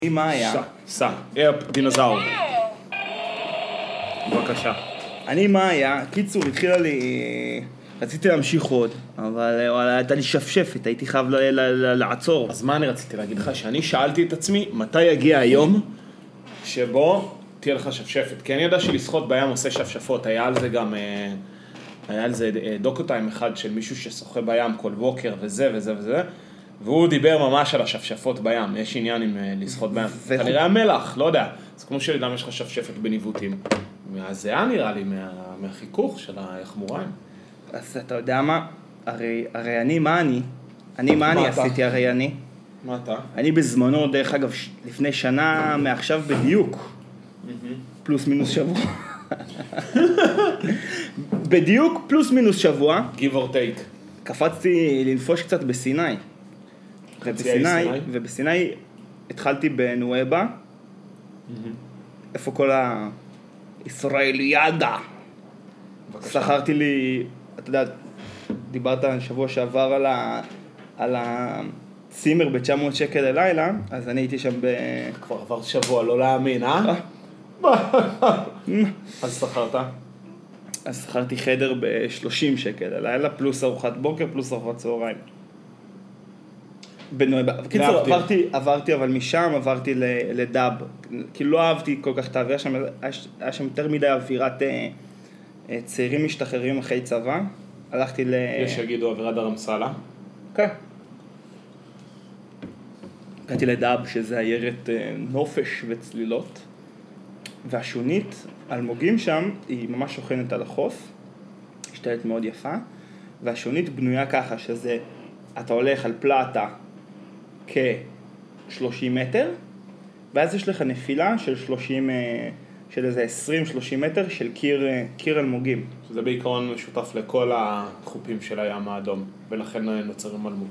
מה היה? דינוזאור. בבקשה. מה היה? קיצור, התחילה לי... רציתי להמשיך עוד, אבל הייתה לי שפשפת, הייתי חייב לעצור. אז מה אני רציתי להגיד לך? שאני שאלתי את עצמי, מתי יגיע היום שבו תהיה לך שפשפת? כי אני יודע שלשחות בים עושה שפשפות, היה על זה דוקו-טיים אחד של מישהו ששוחה בים כל בוקר וזה וזה וזה, והוא דיבר ממש על השפשפות בים, יש עניין עם לשחות בים. כנראה המלח, לא יודע. זה כמו שלדם יש לך שפשפת בניווטים. מהזיעה נראה לי, מהחיכוך של היחמוריים. אז אתה יודע מה? הרי מה אני עשיתי הרי אני? מה אתה? אני בזמנו, דרך אגב, לפני שנה מעכשיו בדיוק, פלוס מינוס שבוע. בדיוק פלוס מינוס שבוע. Give or take. קפצתי לנפוש קצת בסיני. ובסיני התחלתי בנואבה. איפה כל הישראליאדה. שכרתי לי, אתה יודע, דיברת שבוע שעבר על הצימר ב-900 שקל ללילה, אז אני הייתי שם כבר עבר שבוע, לא להאמין, אז שכרת? אז שכרתי חדר ב-30 שקל ללילה, פלוס ארוחת בוקר, פלוס ארוחת צהריים. בקיצור, עברתי אבל משם, עברתי לדאב. כי לא אהבתי כל כך את האווירה שם, היה שם יותר מדי אווירת צעירים משתחררים אחרי צבא. הלכתי יש שיגידו אווירת הרמסלה. כן. הגעתי לדאב, שזה עיירת נופש וצלילות. והשונית, אלמוגים שם, היא ממש שוכנת על החוף. השתלת מאוד יפה. והשונית בנויה ככה, שזה, אתה הולך על פלטה כ-30 מטר, ואז יש לך נפילה של 30, של איזה 20-30 מטר של קיר אלמוגים. שזה בעיקרון משותף לכל החופים של הים האדום, ולכן נוצרים אלמוג.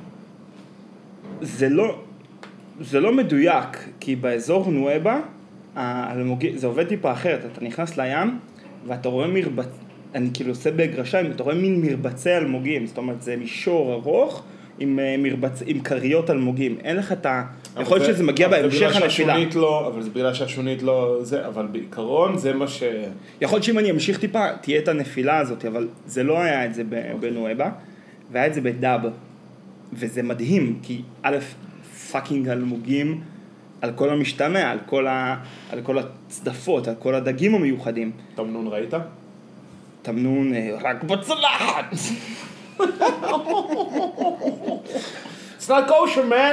זה לא מדויק, כי באזור נואבה, זה עובד טיפה אחרת. אתה נכנס לים, ואתה רואה אני כאילו עושה בגרשיים, אתה רואה מין מרבצי אלמוגים, זאת אומרת, זה מישור ארוך, עם קריות אלמוגים. אין לך את יכול להיות שזה מגיע בהמשך הנפילה. אבל זה בגלל שהשונית לא זה, אבל בעיקרון זה מה יכול להיות שאם אני אמשיך טיפה, תהיה את הנפילה הזאת, אבל זה לא היה את זה בנואבה, והיה את זה בדאב. וזה מדהים, כי א', פאקינג אלמוגים על כל המשתמע, על כל הצדפות, על כל הדגים המיוחדים. תמנון ראית? תמנון רק בצלחת. It's not kosher, man.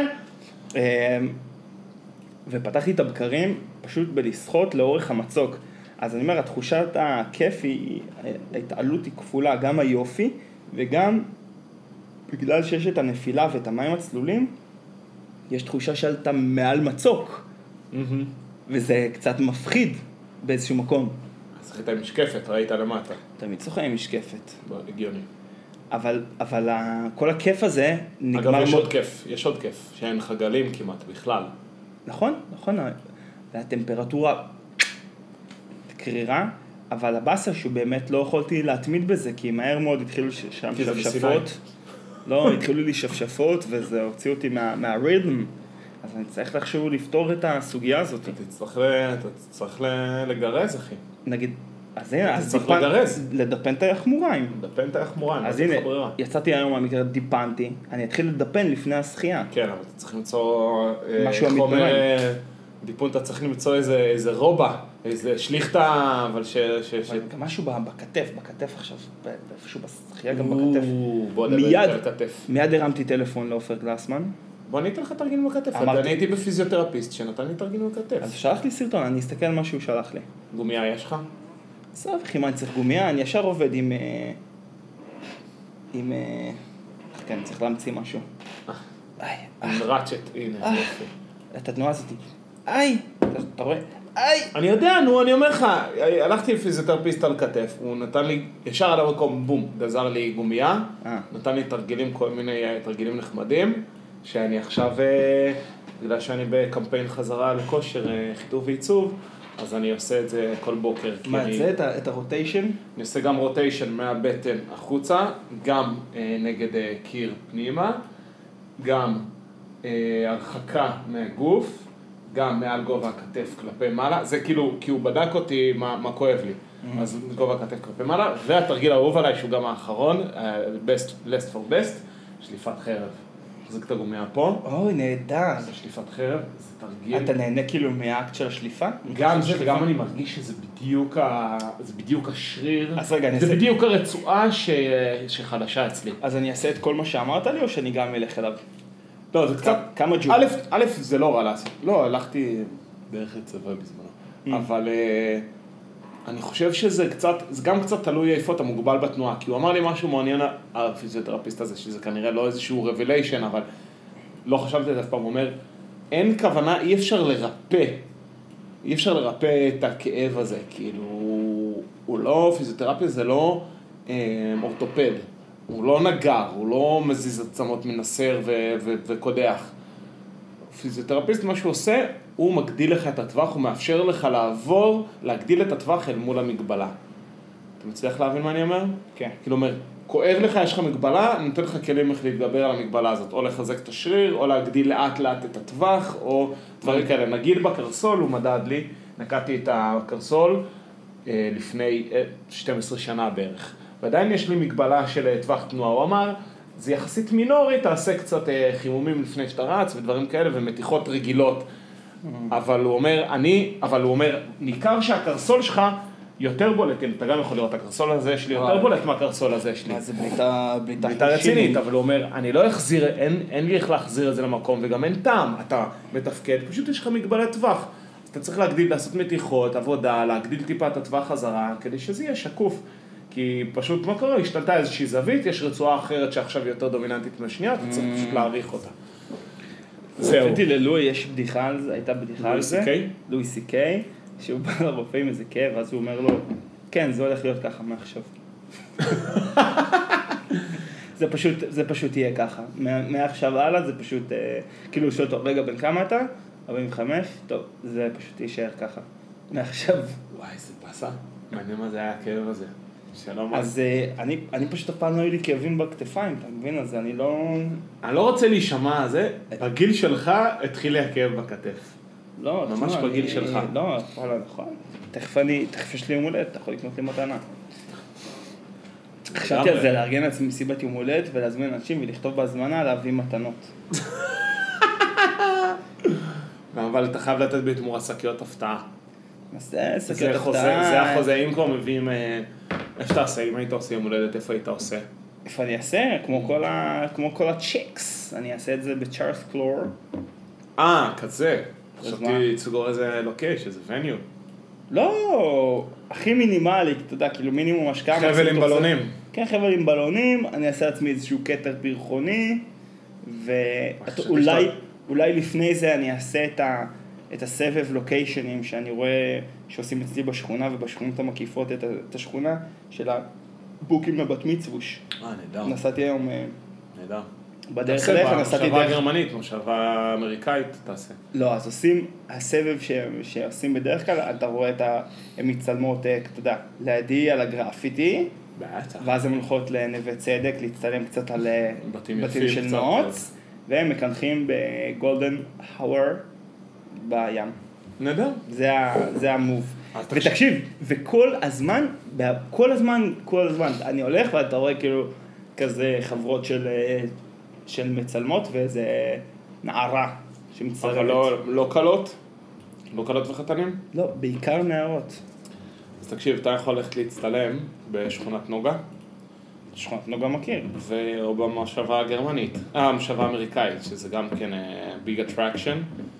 ופתחתי את הבקרים פשוט בלשחות לאורך המצוק. אז אני אומר, התחושת הכיף ההתעלות היא כפולה, גם היופי, וגם בגלל שיש את הנפילה ואת המים הצלולים, יש תחושה שאתה מעל מצוק. וזה קצת מפחיד באיזשהו מקום. שחית עם משקפת, ראית למטה. תמיד שוחה עם משקפת. הגיוני. אבל כל הכיף הזה נגמר... אגב, יש עוד כיף, שאין לך גלים כמעט בכלל. נכון. והטמפרטורה קרירה, אבל הבאסה שהוא באמת לא יכולתי להתמיד בזה, כי מהר מאוד התחילו שם שפשפות. לא, התחילו לי שפשפות, וזה הוציא אותי מהריתם. אז אני צריך לחשוב לפתור את הסוגיה הזאת. אתה צריך לגרז, אחי. נגיד, אז הנה, אז לדפן את היחמוריים. לדפן את היחמוריים, אז הנה, יצאתי היום מהמקרה, דיפנתי, אני אתחיל לדפן לפני השחייה. כן, אבל אתה צריך למצוא חומר דיפון, אתה צריך למצוא איזה רובה, איזה שליחתה, אבל גם משהו בכתף עכשיו, איפשהו בשחייה גם בכתף. בוא נדבר על כתף. מיד הרמתי טלפון לאופר גלסמן. בוא ניתן לך תרגיל בכתף, אני הייתי בפיזיותרפיסט שנתן לי תרגיל בכתף. אז שלח לי סרטון, אני אסתכל על מה שהוא שלח לי. גומיה יש לך? סוף, אחי, מה אני צריך גומיה? אני ישר עובד עם... כן, צריך להמציא משהו. עם רצ'ט, הנה. את התנועה הזאת. אתה רואה? אני יודע, אני אומר לך, הלכתי לפיזיותרפיסט על כתף, הוא נתן לי, ישר על המקום, בום, גזר לי גומיה, נתן לי תרגילים, כל מיני תרגילים נחמדים, שאני עכשיו, בגלל שאני בקמפיין חזרה לכושר, חיתוך ועיצוב, אז אני עושה את זה כל בוקר. מה זה? את הרוטיישן? אני עושה גם רוטיישן מהבטן החוצה, גם נגד קיר פנימה, גם הרחקה מהגוף, גם מעל גובה הכתף כלפי מעלה, זה כאילו, כי הוא בדק אותי מה כואב לי, אז גובה הכתף כלפי מעלה, והתרגיל האהוב עליי, שהוא גם האחרון, last for best, שליפת חרב. זה את הגומיה פה. אוי, נהדר. זה שליפת חרב, זה תרגיל. אתה נהנה כאילו מהאקט של השליפה? גם זה, וגם אני מרגיש שזה בדיוק השריר, אז רגע, זה בדיוק הרצועה שחלשה אצלי. אז אני אעשה את כל מה שאמרת לי, או שאני גם אלך אליו? לא, זה קצת... כמה ג'ול? א', זה לא רע לעשות. לא, הלכתי דרך הצבא בזמנו. אבל אני חושב שזה קצת, זה גם קצת תלוי איפה אתה מוגבל בתנועה, כי הוא אמר לי משהו מעניין, הפיזיותרפיסט הזה, שזה כנראה לא איזשהו רביליישן, אבל לא חשבתי את זה אף פעם, הוא אומר, אין כוונה, אי אפשר לרפא את הכאב הזה, כאילו, הוא לא, פיזיותרפיה זה לא אורתופד, הוא לא נגר, הוא לא מזיז עצמות מנסר וקודח. פיזיותרפיסט, מה שהוא עושה, הוא מגדיל לך את הטווח, הוא מאפשר לך להגדיל את הטווח אל מול המגבלה. אתה מצליח להבין מה אני אומר? כן. כאילו אומר, כואב לך, יש לך מגבלה, אני נותן לך כלים איך להתגבר על המגבלה הזאת, או לחזק את השריר, או להגדיל לאט לאט את הטווח, או דברים כאלה. נגיד בקרסול, הוא מדד לי, נקעתי את הקרסול לפני 12 שנה בערך. ועדיין יש לי מגבלה של טווח תנועה, הוא אמר, זה יחסית מינורי, תעשה קצת חימומים לפני שאתה רץ ודברים כאלה ומתיחות רגילות. אבל הוא אומר, ניכר שהקרסול שלך יותר בולט, אתה גם יכול לראות, הקרסול הזה שלי יותר בולט מהקרסול הזה שלי. אז זה בליטה רצינית, אבל הוא אומר, אני לא אחזיר, אין לי איך להחזיר את זה למקום וגם אין טעם, אתה מתפקד, פשוט יש לך מגבלת טווח. אז אתה צריך להגדיל, לעשות מתיחות, עבודה, להגדיל טיפה את הטווח חזרה, כדי שזה יהיה שקוף. כי פשוט מה קורה? השתלטה איזושהי זווית, יש רצועה אחרת שעכשיו היא יותר דומיננטית מהשנייה, אתה צריך פשוט להעריך אותה. זהו. ראיתי ללואי, יש בדיחה על זה, הייתה בדיחה על זה. לואי סי-קיי, שהוא בא לרופא עם איזה כאב, אז הוא אומר לו, כן, זה הולך להיות ככה מעכשיו. זה פשוט יהיה ככה. מעכשיו הלאה זה פשוט, כאילו שואל אותו, רגע, בן כמה אתה? 45? טוב, זה פשוט יישאר ככה. מעכשיו. וואי, זה פסה. מעניין מה זה היה הכאב הזה. אז אני פשוט אף פעם לא היו לי כאבים בכתפיים, אתה מבין? אז אני לא רוצה להישמע, זה, בגיל שלך התחיל לי הכאב בכתף. לא, ממש בגיל שלך. לא, נכון. תכף יש לי יום הולדת, אתה יכול לקנות לי מתנה. חשבתי על זה, לארגן לעצמי מסיבת יום הולדת ולהזמין אנשים ולכתוב בהזמנה להביא מתנות. אבל אתה חייב לתת בתמורה שקיות הפתעה. זה שקיות הפתעה. זה החוזה, אם כבר מביאים, איפה אתה עושה? אם היית עושה יום הולדת, איפה היית עושה? איפה אני אעשה? כמו כל הצ'יקס, אני אעשה את זה בצ'ארלס קלור. כזה. חשבתי לסגור איזה לוקייש, איזה וניו. לא, הכי מינימלי, אתה יודע, כאילו מינימום השקעה. חבל עם בלונים. כן, חבל עם בלונים, אני אעשה לעצמי איזשהו קטר פרחוני, ואולי לפני זה אני אעשה את הסבב לוקיישנים שאני רואה שעושים אצלי בשכונה ובשכונות המקיפות את השכונה של הבוקים לבת מצווש. נהדר. נסעתי היום נהדר. בדרך אליך, נסעתי דרך... מושבה גרמנית, מושבה אמריקאית, תעשה. לא, אז עושים, הסבב שעושים בדרך כלל, אתה רואה הם מצלמות, אתה יודע, לידי על הגרפיטי, ואז הן הולכות לנווה צדק, להצטלם קצת על בתים של נוץ, והם מקנחים בגולדן האוור בים. נהדר. זה המוב. ותקשיב, וכל הזמן, אני הולך ואתה רואה כאילו כזה חברות של מצלמות ואיזה נערה שמצטלמת. אבל לא קלות? לא קלות וחתנים? לא, בעיקר נערות. אז תקשיב, אתה יכול ללכת להצטלם בשכונת נוגה. שכונת נוגה מכיר. או במושבה הגרמנית. המושבה האמריקאית, שזה גם כן big attraction.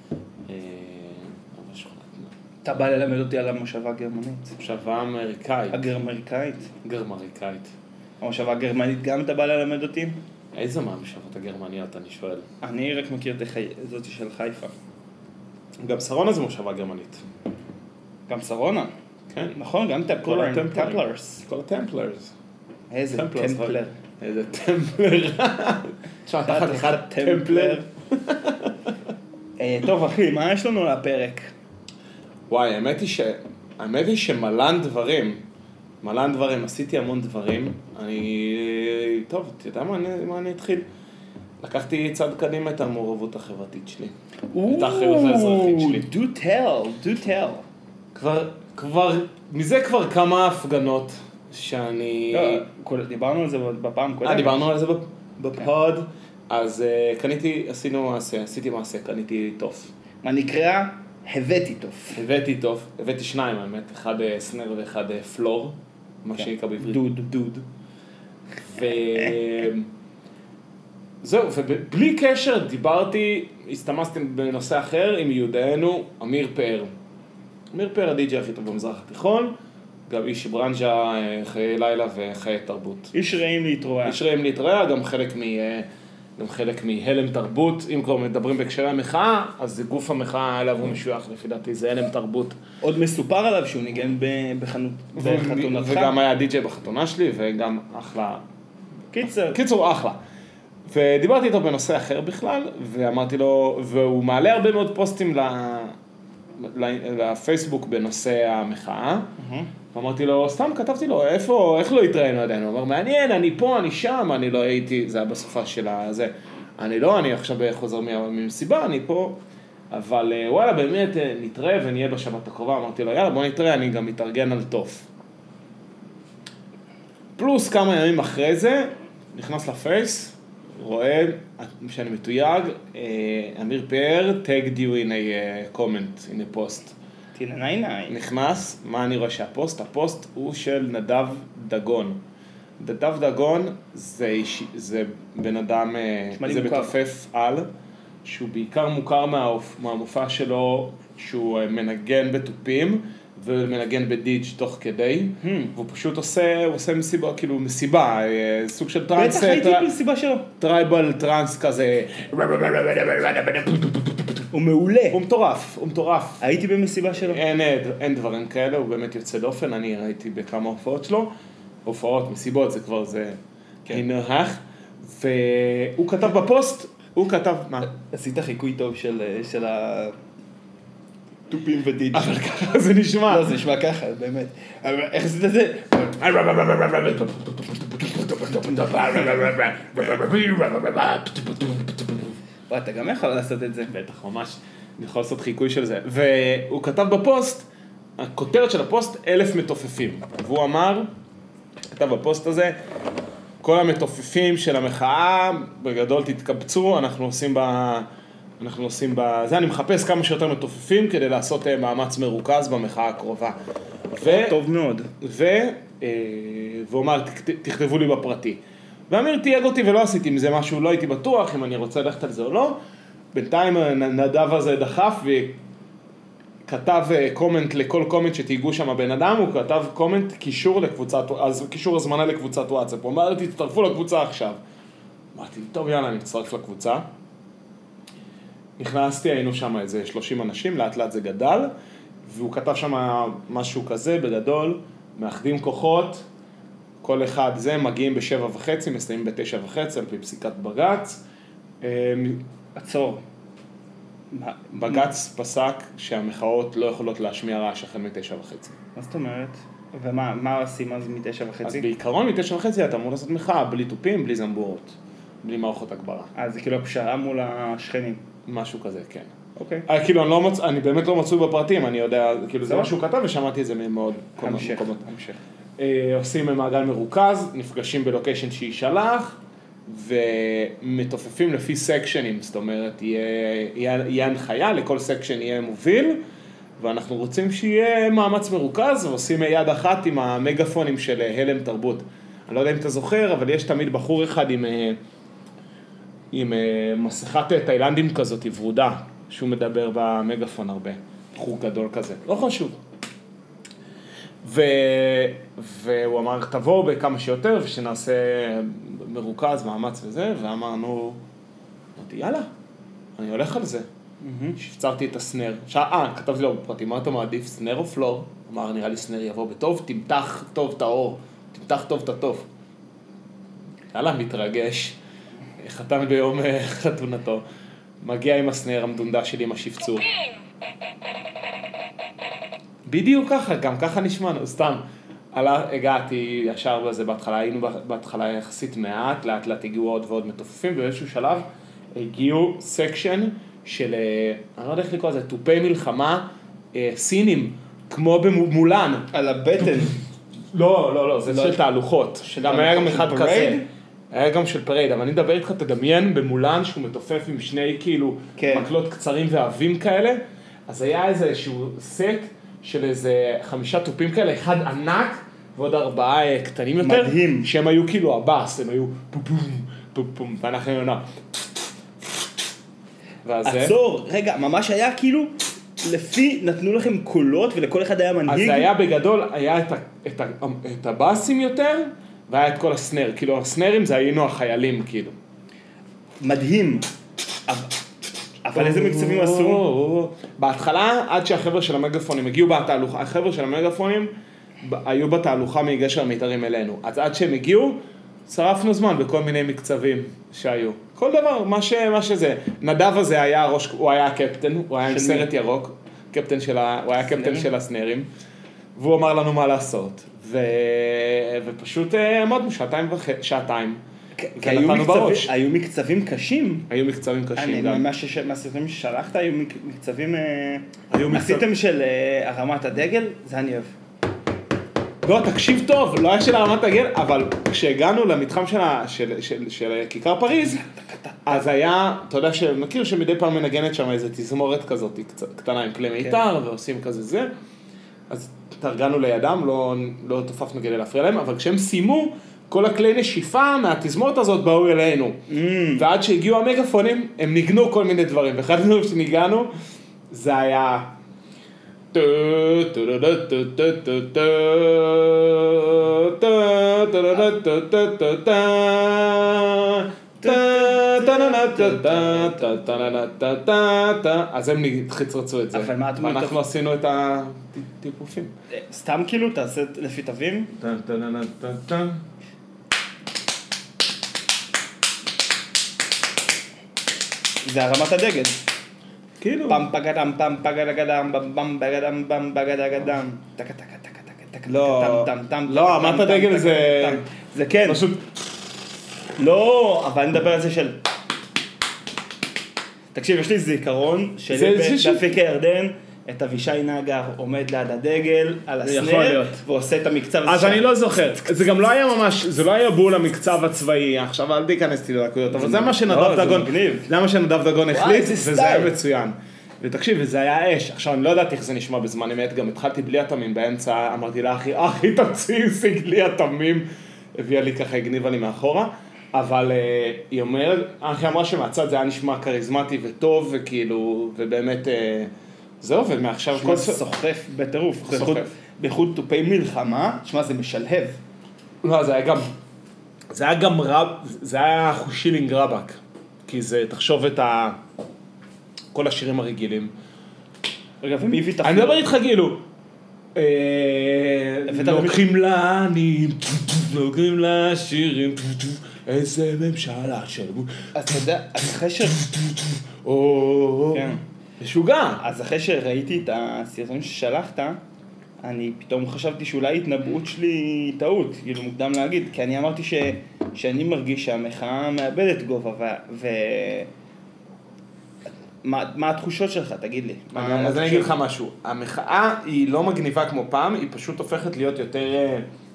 אתה בא ללמד אותי על המושבה הגרמנית. מושבה אמריקאית. גרמריקאית. המושבה הגרמנית גם אתה בא ללמד אותי? איזה מהמושבות הגרמניות, אני שואל? אני רק מכיר את זאת של חיפה. גם שרונה זה מושבה גרמנית. גם שרונה? כן. נכון, גם טמפלרס. כל הטמפלרס. איזה טמפלר. איזה טמפלר. תשמע, תחת אחד טמפלר. טוב אחי, מה יש לנו לפרק? וואי, האמת היא שמלן דברים, עשיתי המון דברים. טוב, אתה יודע מה אני אתחיל? לקחתי צעד קדימה את המעורבות החברתית שלי. את האחריות האזרחית שלי. do tell. מזה כבר כמה הפגנות שאני... דיברנו על זה בפעם קודם. דיברנו על זה בפוד, אז עשיתי מעשה, קניתי תוף. מה נקרא? הבאתי תוף. הבאתי שניים, האמת, אחד סנר ואחד פלור, מה שנקרא בעברית. דוד. זהו, ובלי קשר הסתמסתי בנושא אחר עם יהודנו, אמיר פאר. אמיר פאר הדי-ג'יי הכי טוב במזרח התיכון, גם איש ברנז'ה, חיי לילה וחיי תרבות. איש רעים להתרועע. גם חלק מהלם תרבות. אם כבר מדברים בהקשרי המחאה, אז זה גוף המחאה עליו הוא משוייך, לפי דעתי זה הלם תרבות. עוד מסופר עליו שהוא ניגן בחתונתך. וגם היה די-ג'יי בחתונה שלי, וגם אחלה. קיצור, אחלה. ודיברתי איתו בנושא אחר בכלל, ואמרתי לו, והוא מעלה הרבה מאוד פוסטים לפייסבוק בנושא המחאה, ואמרתי לו, סתם כתבתי לו, איך לא התראינו עדיין? הוא אמר, מעניין, אני פה, אני שם, אני לא הייתי, זה היה בסופה של הזה, אני עכשיו חוזר ממסיבה, אני פה, אבל וואלה, באמת נתראה ונהיה בשבת הקרובה, אמרתי לו, יאללה, בוא נתראה, אני גם מתארגן על תוף. פלוס כמה ימים אחרי זה, נכנס לפייס, רואה שאני מתויג, אמיר פאר, tagged you in a comment, in a post. נכנס, מה אני רואה שהפוסט? הפוסט הוא של נדב דגון. נדב דגון זה בן אדם, זה מתופף על, שהוא בעיקר מוכר מהמופע שלו, שהוא מנגן בתופים, ומנגן בדיג' תוך כדי, והוא פשוט עושה מסיבה, כאילו מסיבה, סוג של טרנס, בטח הייתי במסיבה שלו. טרייבל טרנס כזה. הוא מעולה. הוא מטורף. הייתי במסיבה שלו. אין דברים כאלה, הוא באמת יוצא דופן, אני ראיתי בכמה הופעות שלו, מסיבות, זה כבר זה נהך, והוא כתב בפוסט, מה? עשית חיקוי טוב של טופים ודיג'. אבל ככה זה נשמע. לא, זה נשמע ככה, באמת. איך עשית את זה? אתה גם יכול לעשות את זה. בטח, ממש. אני יכול לעשות חיקוי של זה. והוא כתב בפוסט, הכותרת של הפוסט, 1,000 מתופפים. והוא אמר, כתב בפוסט הזה, כל המתופפים של המחאה, בגדול תתקבצו, אנחנו עושים זה, אני מחפש כמה שיותר מתופפים כדי לעשות מאמץ מרוכז במחאה הקרובה. טוב מאוד. והוא אמר, תכתבו לי בפרטי. ואמיר תייג אותי ולא עשיתי עם זה משהו, לא הייתי בטוח אם אני רוצה ללכת על זה או לא. בינתיים נדב הזה דחף וכתב קומנט לכל קומנט שתייגו שם הבן אדם, הוא כתב קומנט קישור הזמנה לקבוצת וואטסאפ. הוא אמר, תצטרפו לקבוצה עכשיו. אמרתי, טוב יאללה, אני אצטרף לקבוצה. נכנסתי, היינו שם איזה 30 אנשים, לאט לאט זה גדל, והוא כתב שם משהו כזה בגדול, מאחדים כוחות, כל אחד זה, מגיעים ב7:30, מסיימים ב9:30, על פי פסיקת בג"ץ. עצור. בג"ץ פסק שהמחאות לא יכולות להשמיע רעש החל מ9:30. מה זאת אומרת? ומה עושים אז מ9:30? אז בעיקרון מ9:30 אתה אמור לעשות מחאה, בלי טופים, בלי זמבורות, בלי מערכות הגברה. זה כאילו הפשרה מול השכנים. משהו כזה, כן. אוקיי. כאילו, אני באמת לא מצוי בפרטים, אני יודע, כאילו זה מה שהוא כתב ושמעתי את זה ממאוד המשך. עושים מעגל מרוכז, נפגשים בלוקיישן שישלח, ומתופפים לפי סקשנים, זאת אומרת, יהיה הנחיה, לכל סקשן יהיה מוביל, ואנחנו רוצים שיהיה מאמץ מרוכז, ועושים יד אחת עם המגפונים של הלם תרבות. אני לא יודע אם אתה זוכר, אבל יש תמיד בחור אחד עם מסכת תאילנדים כזאת, ורודה, שהוא מדבר במגפון הרבה, בחור גדול כזה, לא חשוב. והוא אמר, תבואו בכמה שיותר, ושנעשה מרוכז, מאמץ וזה, ואמרנו, אמרתי, יאללה, אני הולך על זה. שפצרתי את הסנר. כתבתי לו בפרטי, מה אתה מעדיף, סנר או פלור? אמר, נראה לי סנר יבוא בטוב, תמתח טוב את האור, תמתח טוב את הטוב. יאללה, מתרגש. חתם ביום חתונתו. מגיע עם הסנר המדונדה שלי עם השפצור. בדיוק ככה, גם ככה נשמענו, סתם. הגעתי ישר בזה בהתחלה, היינו בהתחלה יחסית מעט, לאט לאט הגיעו עוד ועוד מתופפים, ובאיזשהו שלב הגיעו סקשן של, אני לא יודע איך לקרוא לזה, טופי מלחמה סינים, כמו במולן. על הבטן. לא, זה של תהלוכות. גם היה גם אחד כזה. היה גם של פרייד, אבל אני מדבר איתך, תדמיין במולן שהוא מתופף עם שני כאילו מקלות קצרים ועבים כאלה, אז היה איזשהו סט של איזה 5 טופים כאלה, אחד ענק ועוד 4 קטנים יותר. מדהים. שהם היו כאילו הבאס, הם היו פום פום פום פום, ואנחנו היינו עצור, רגע, ממש היה כאילו, לפי נתנו לכם קולות ולכל אחד היה מנהיג. אז זה היה בגדול, היה את הבאסים יותר, והיה את כל הסנר, כאילו הסנרים זה היינו החיילים כאילו. מדהים. אבל איזה מקצבים עשו? בהתחלה, עד שהחבר'ה של המגפונים הגיעו בתהלוכה, החבר'ה של המגפונים היו בתהלוכה מגשר המיתרים אלינו. אז עד שהם הגיעו, שרפנו זמן בכל מיני מקצבים שהיו. כל דבר, מה שזה. נדב הזה היה ראש, הוא היה הקפטן, הוא היה עם סרט ירוק, הוא היה קפטן של הסנרים, והוא אמר לנו מה לעשות. ופשוט עמדנו שעתיים. כי היו מקצבים קשים. היו מקצבים קשים גם. מהסרטונים ששלחת, היו מקצבים... עשיתם של הרמת הדגל, זה אני אוהב. לא, תקשיב טוב, לא היה של הרמת הדגל, אבל כשהגענו למתחם של כיכר פריז, אז היה, אתה יודע שמכיר שמדי פעם מנגנת שם איזו תזמורת כזאת, קטנה עם כלי מיתר, ועושים כזה זה, אז תרגענו לידם, לא תופפנו כדי להפריע להם, אבל כשהם סיימו, כל הכלי נשיפה מהתזמורת הזאת באו אלינו. ועד שהגיעו המגפונים, הם ניגנו כל מיני דברים, ואחד הדברים שניגענו, זה היה... אז הם חצרצו את זה. ואנחנו עשינו את הטיפופים. סתם כאילו, תעשה לפי תווים? זה הרמת הדגל. כאילו. פם פגדם, פם פגדגדם, פם פגדם, פם פגדגדם. טק טק טק טק טק. לא, הרמת הדגל זה כן. פשוט. לא, אבל אני מדבר על זה של... תקשיב, יש לי זיכרון של באפיק הירדן, את אבישי נגר עומד ליד הדגל, על הסנר, ועושה את המקצב. אז אני לא זוכר, זה גם לא היה ממש, זה לא היה בול המקצב הצבאי, עכשיו אל תיכנס לדקויות, אבל זה מה שנדב דגון החליט, וזה היה מצוין. ותקשיב, וזה היה אש. עכשיו, אני לא יודעת איך זה נשמע בזמן אמת, גם התחלתי בלי התמים, באמצע אמרתי לה, אחי, תמציאי בלי התמים, הביאה לי ככה, הגניבה לי מאחורה, אבל היא אומרת, אחי אמרה שמהצד זה היה נשמע קריזמטי וטוב, וכאילו, ובאמת, זהו, ומעכשיו כל סוחף בטירוף, בייחוד טופי מלחמה, תשמע, זה משלהב. לא, זה היה גם רב, זה היה חושילינג רבק, כי זה, תחשוב את כל השירים הרגילים. רגע, ומי הביא תפלו? אני מדבר איתך כאילו, לוקחים לעניים, לוקחים לשירים, איזה ממשלה של... אתה יודע, אחרי ש... משוגע. אז אחרי שראיתי את הסרטון ששלחת, אני פתאום חשבתי שאולי התנבאות שלי טעות, כאילו מוקדם להגיד, כי אני אמרתי שאני מרגיש שהמחאה מאבדת גובה, מה התחושות שלך? תגיד לי. אז אני אגיד לך משהו, המחאה היא לא מגניבה כמו פעם, היא פשוט הופכת להיות יותר...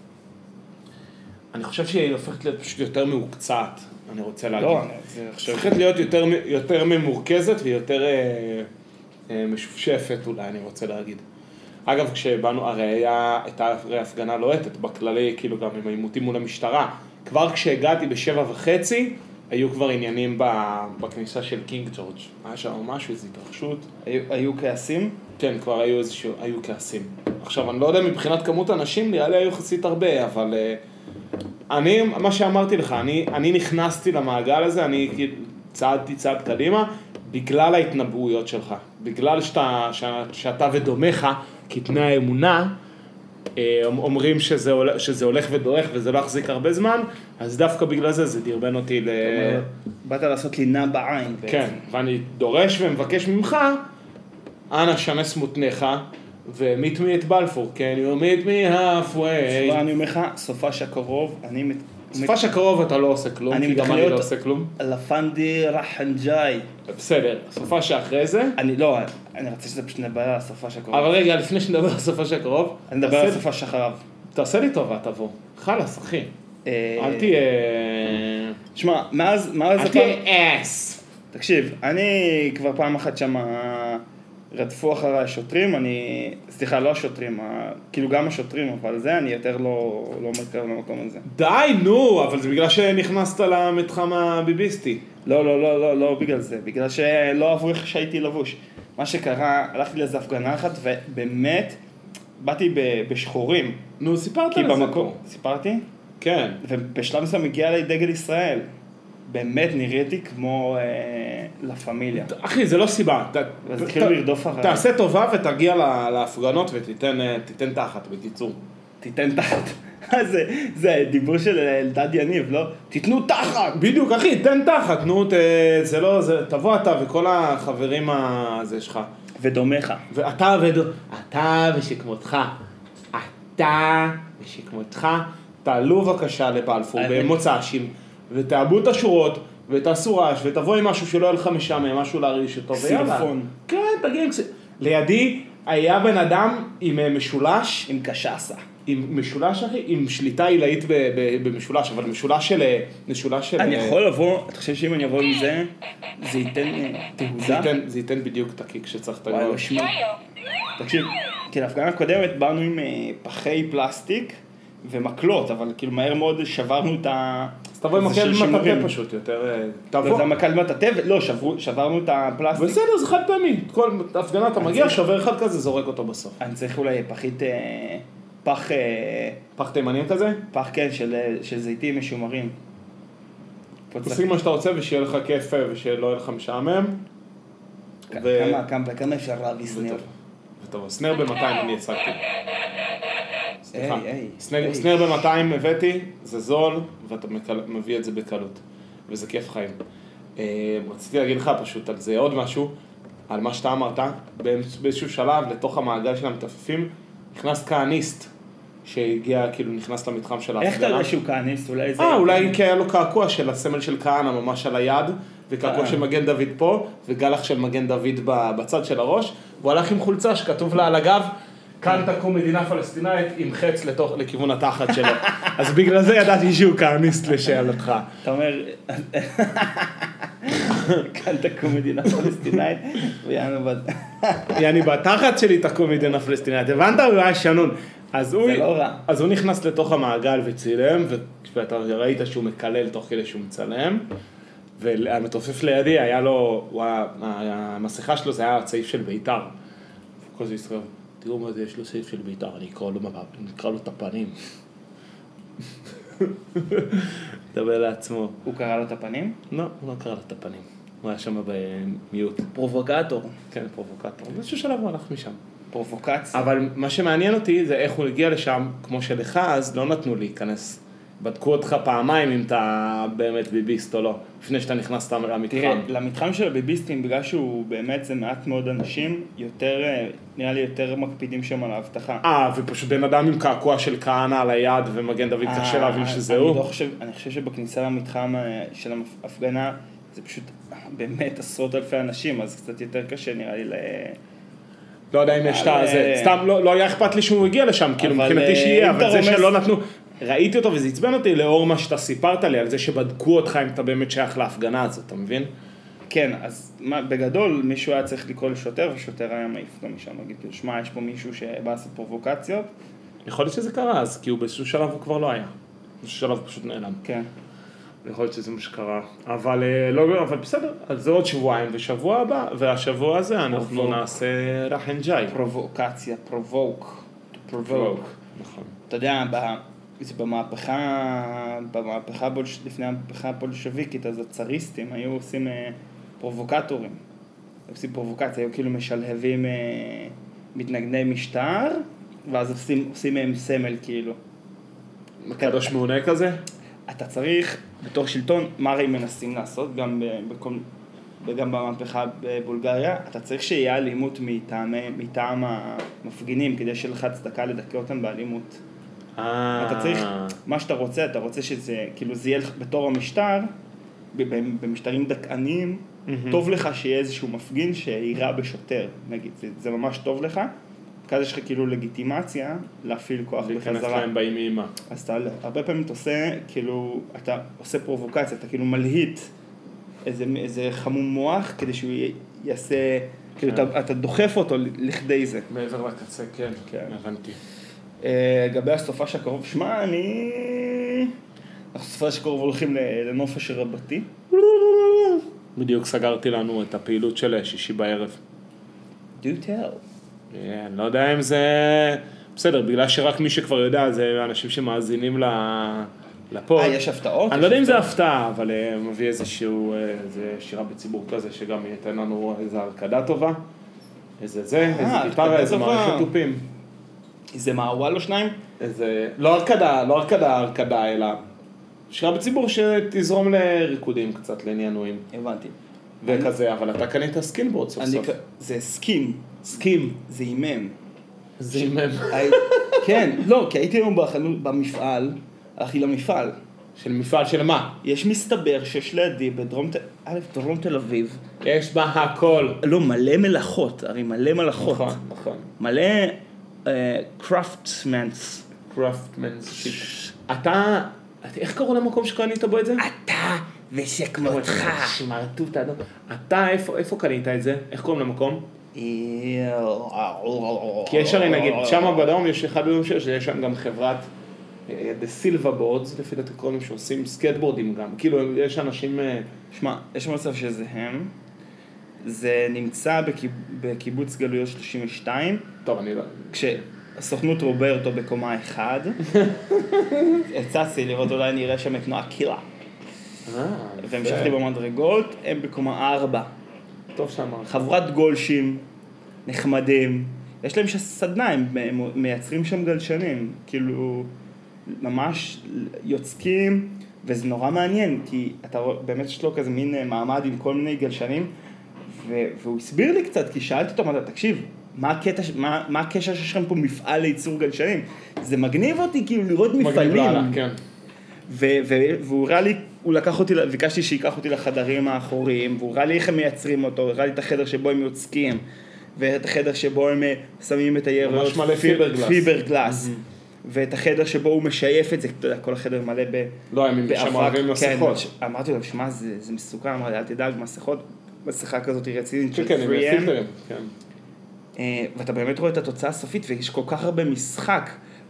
אני חושב שהיא הופכת להיות פשוט יותר מעוקצת, אני רוצה להגיד. לא, הופכת להיות יותר ממורכזת ויותר משופשפת אולי, אני רוצה להגיד. אגב, כשבאנו, הרי הייתה הפגנה לוהטת בכללי, כאילו גם עם העימותים מול המשטרה. כבר כשהגעתי ב7:30, היו כבר עניינים בכניסה של קינג ג'ורג'. היה שם משהו, איזו התרחשות. היו כעסים? כן, כבר היו כעסים. עכשיו, אני לא יודע מבחינת כמות אנשים, נראה לי היו יחסית הרבה, אבל מה שאמרתי לך, אני נכנסתי למעגל הזה, אני צעדתי צעד קדימה, בגלל ההתנבאויות שלך. בגלל שאתה ודומך, כתני האמונה, אומרים שזה הולך ודורך וזה לא יחזיק הרבה זמן, אז דווקא בגלל זה דרבן אותי באת לעשות לי נע בעין. כן, ואני דורש ומבקש ממך, אנא שמס מותניך, ו-meet me at בלפור, can you meet me halfway. אני אומר לך, סופש הקרוב, סופש הקרוב אתה לא עושה כלום, כי גם אני לא עושה כלום. לפנדי רחנג'אי. בסדר, סופש שאחרי זה. אני רוצה שזה פשוט נדבר על הסופש הקרוב. אבל רגע, לפני שנדבר על סופש הקרוב. אני מדבר על הסופש אחריו. תעשה לי טובה, תבוא. חלאס, אחי. אל תהיה... שמע, מאז... אל תהיה אס. תקשיב, אני כבר פעם אחת שם רדפו אחרי השוטרים, סליחה, לא השוטרים, כאילו גם השוטרים, אבל זה אני יותר לא מתקרב למקום הזה. די, נו, אבל זה בגלל שנכנסת למתחם הביביסטי. לא בגלל זה, בגלל שלא אהבו איך שהייתי לבוש. מה שקרה, הלכתי לאיזו הפגנה אחת, ובאמת באתי בשחורים. נו, סיפרת כי על זה במקום, פה. סיפרתי? כן. ובשלב מסוים הגיע לי דגל ישראל. באמת נראיתי כמו לה פמיליה. אחי, זה לא סיבה. אז התחילו לרדוף אחריי. תעשה טובה ותגיע להפגנות ותיתן תחת, בקיצור. תיתן תחת. זה דיבור של אלדד יניב, לא? תיתנו תחת! בדיוק, אחי, תן תחת, נו, זה לא, תבוא אתה וכל החברים הזה שלך. ודומך. אתה ושכמותך. אתה ושכמותך. תעלו בבקשה לבלפור במוצ"שים, ותעבו את השורות, ותעשו רעש, ותבוא עם משהו שלא יהיה לך משעמם, משהו להרעיש אותו, ויאללה. סילפון. כן, תגיד, לידי היה בן אדם עם משולש. עם קשסה. עם משולש, אחי, עם שליטה עילאית במשולש, אבל משולש של... אני יכול לבוא, אתה חושב שאם אני אבוא עם זה, זה ייתן תהודה? זה ייתן בדיוק את הקיק שצריך את וואי, לא שמע. תקשיב, כי להפגנה הקודמת באנו עם פחי פלסטיק ומקלות, אבל כאילו מהר מאוד שברנו את ה... אז תבוא עם מקל מטאטא פשוט, יותר... לא, זה המקל מטאטא, לא, שברנו את הפלסטיק. בסדר, זה חד פעמי. כל הפגנה אתה מגיע, שובר אחד כזה, זורק אותו בסוף. אני צריך אולי פחית... פח תימנים כזה? פח כן, של זיתים משומרים. תשים מה שאתה רוצה ושיהיה לך כיף ושלא יהיה לך משעמם. כמה אפשר להביא סנר? וטוב, סנר ב-200 אני הצגתי. סליחה, סנר ב-200 הבאתי, זה זול ואתה מביא את זה בקלות. וזה כיף חיים. רציתי להגיד לך פשוט על זה עוד משהו, על מה שאתה אמרת, באיזשהו שלב לתוך המעגל של המתעפפים, נכנס כהניסט, שהגיע, כאילו נכנס למתחם של ההפגנה. איך אתה יודע שהוא כהניסט? אולי כי היה לו קעקוע של הסמל של כהנא ממש על היד, וקעקוע של מגן דוד פה, וגלח של מגן דוד בצד של הראש, והוא הלך עם חולצה שכתוב לה על הגב, כאן תקום מדינה פלסטינאית עם חץ לכיוון התחת שלו. אז בגלל זה ידעתי שהוא כהניסט לשאלתך. אתה אומר, כאן תקום מדינה פלסטינאית, יעני בתחת שלי תקום מדינה פלסטינאית, הבנת? הוא היה שנון. זה לא רע. אז הוא נכנס לתוך המעגל וצילם, ואתה ראית שהוא מקלל תוך כדי שהוא מצלם, והמתופף לידי היה לו, המסכה שלו זה היה הצעיף של ביתר. כל זה ישראל, תראו מה זה, יש לו סעיף של ביתר, אני אקרא לו את הפנים. דבר לעצמו. הוא קרא לו את הפנים? לא, הוא לא קרא לו את הפנים. הוא היה שם במיוט. פרובוקטור. כן, פרובוקטור. באיזשהו שלב הוא הלך משם. פרובוקציה. אבל מה שמעניין אותי זה איך הוא הגיע לשם, כמו שלך אז לא נתנו להיכנס. בדקו אותך פעמיים אם אתה באמת ביביסט או לא, לפני שאתה נכנסת למתחם. תראה, למתחם של הביביסטים, בגלל שהוא באמת זה מעט מאוד אנשים, נראה לי יותר מקפידים שם על ההבטחה. ופשוט בן אדם עם קעקוע של כהנא על היד ומגן דוד קשה להבין שזה הוא. אני חושב שבכניסה למתחם של ההפגנה, זה פשוט באמת עשרות אלפי אנשים, אז קצת יותר קשה נראה לי לא יודע אם יש זה, סתם לא היה אכפת לי שהוא הגיע לשם, כאילו מבחינתי שיהיה, אבל זה שלא נתנו, ראיתי אותו וזה עצבן אותי לאור מה שאתה סיפרת לי, על זה שבדקו אותך אם אתה באמת שייך להפגנה הזאת, אתה מבין? כן, אז בגדול מישהו היה צריך לקרוא לשוטר, ושוטר היה מעיף גם משם, נגיד, שמע, יש פה מישהו שבא לעשות פרובוקציות. יכול להיות שזה קרה אז, כי הוא באיזשהו שלב הוא כבר לא היה, באיזשהו שלב הוא פשוט נעלם. כן. יכול להיות שזה מה שקרה, אבל בסדר, אז זה עוד שבועיים, ושבוע הבא, והשבוע הזה אנחנו נעשה רחנג'אי. פרובוקציה, פרובוק. נכון. אתה יודע, זה במהפכה, לפני המהפכה הפולשוויקית, אז הצריסטים היו עושים פרובוקטורים. עושים פרובוקציה, היו כאילו משלהבים מתנגדי משטר, ואז עושים מהם סמל כאילו. קדוש מעונה כזה? אתה צריך, בתור שלטון, מה הרי מנסים לעשות, גם בכל... וגם במהפכה בבולגריה, אתה צריך שיהיה אלימות מטעם המפגינים, כדי שיהיה לך הצדקה לדכא אותם באלימות. אתה צריך, מה שאתה רוצה, אתה רוצה שזה, כאילו זה יהיה לך בתור המשטר, במשטרים דכאניים, טוב לך שיהיה איזשהו מפגין שירה בשוטר, נגיד, זה ממש טוב לך, כזה יש לך כאילו לגיטימציה להפעיל כוח בחזרה. להיכנס להם באימא. אז אתה הרבה פעמים אתה עושה, כאילו, אתה עושה פרובוקציה, אתה כאילו מלהיט איזה חמום מוח, כדי שהוא יעשה, כאילו אתה דוחף אותו לכדי זה. מעבר לקצה, כן, הבנתי. לגבי הסופש הקרוב, שמע, הסופש הקרוב הולכים לנופש רבתי. בדיוק סגרתי לנו את הפעילות של שישי בערב. Do tell. אני לא יודע אם זה... בסדר, בגלל שרק מי שכבר יודע, זה אנשים שמאזינים לפוד. יש הפתעות? אני לא יודע אם זה הפתעה, אבל מביא איזשהו שירה בציבור כזה, שגם ייתן לנו איזו הרקדה טובה. איזה טיפרה, איזה מערכת טופים. איזה מעוול או שניים? לא הרקדה, אלא שירה בציבור שתזרום לריקודים קצת, לעניינויים. הבנתי. וכזה, אבל אתה קנית סקינבורד סוף סוף. זה סקים. סקים. זה אימם. זה אימם. כן, לא, כי הייתי היום במפעל, הלכתי למפעל. של מפעל של מה? יש מסתבר שיש לידי בדרום תל אביב. יש בה הכל. לא, מלא מלאכות, הרי מלא מלאכות. נכון. מלא קראפטמנס. אתה, איך קראו למקום שקנית בו את זה? אתה ושכמותך. שמרטוט אדום. אתה, איפה קנית את זה? איך קוראים למקום? כי יש הרי נגיד, שם בדרום יש אחד בדרום שיש שם גם חברת The Silva Boards, לפי דעתי קוראים שעושים סקייטבורדים גם. כאילו, יש אנשים... שמע, יש מצב שזה הם. זה נמצא בקיבוץ גלויות 32. טוב, אני לא... כשהסוכנות רוברטו בקומה 1, הצעתי לראות אולי נראה שם את נועה קילה. והמשכתי במדרגות, הם בקומה 4. טוב שם. חברת גולשים, נחמדים. יש להם סדנה, הם מייצרים שם גלשנים. כאילו, ממש יוצקים, וזה נורא מעניין, כי אתה באמת יש לו כזה מין מעמד עם כל מיני גלשנים, והוא הסביר לי קצת, כי שאלתי אותו, תקשיב, מה הקשר שיש לכם פה מפעל לייצור גלשנים? זה מגניב אותי כאילו לראות מפעלים. כן. והוא ראה לי, הוא לקח אותי, ביקשתי שיקח אותי לחדרים האחוריים, והוא ראה לי איך הם מייצרים אותו, הוא ראה לי את החדר שבו הם יוצקים, ואת החדר שבו הם שמים את היריות פיברגלס. ואת החדר שבו הוא משייף את זה, אתה יודע, כל החדר מלא לא, הם שם אוהבים מסכות. כן, אמרתי לו, שמע, זה מסוכן, אמרתי, אל תדאג, מסכה כזאת היא רצינית של 3M. כן, עם פילטרים, כן. ואתה באמת רואה את התוצאה הסופית, ויש כל כך הרבה משחק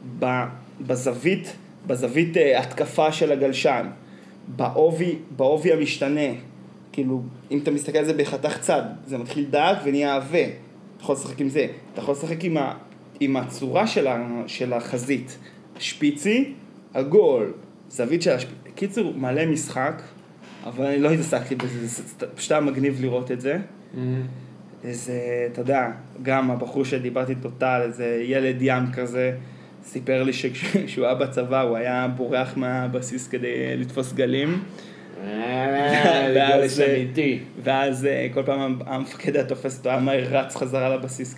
בזווית התקפה של הגלשן, בעובי המשתנה, כאילו, אם אתה מסתכל על זה בחתך צד, זה מתחיל דק ונהיה עבה, אתה יכול לשחק עם זה, אתה יכול לשחק עם הצורה של החזית, שפיצי, עגול, זווית של השפיצי. קיצור, מלא משחק, אבל אני לא התעסקתי בזה, זה פשוט מגניב לראות את זה. איזה, אתה יודע, גם הבחור שדיברתי איתו טל, איזה ילד ים כזה, סיפר לי שכשהוא היה בצבא, הוא היה בורח מהבסיס כדי לתפוס גלים. ואז כל פעם המפקד היה תופס אותו, היה רץ חזרה לבסיס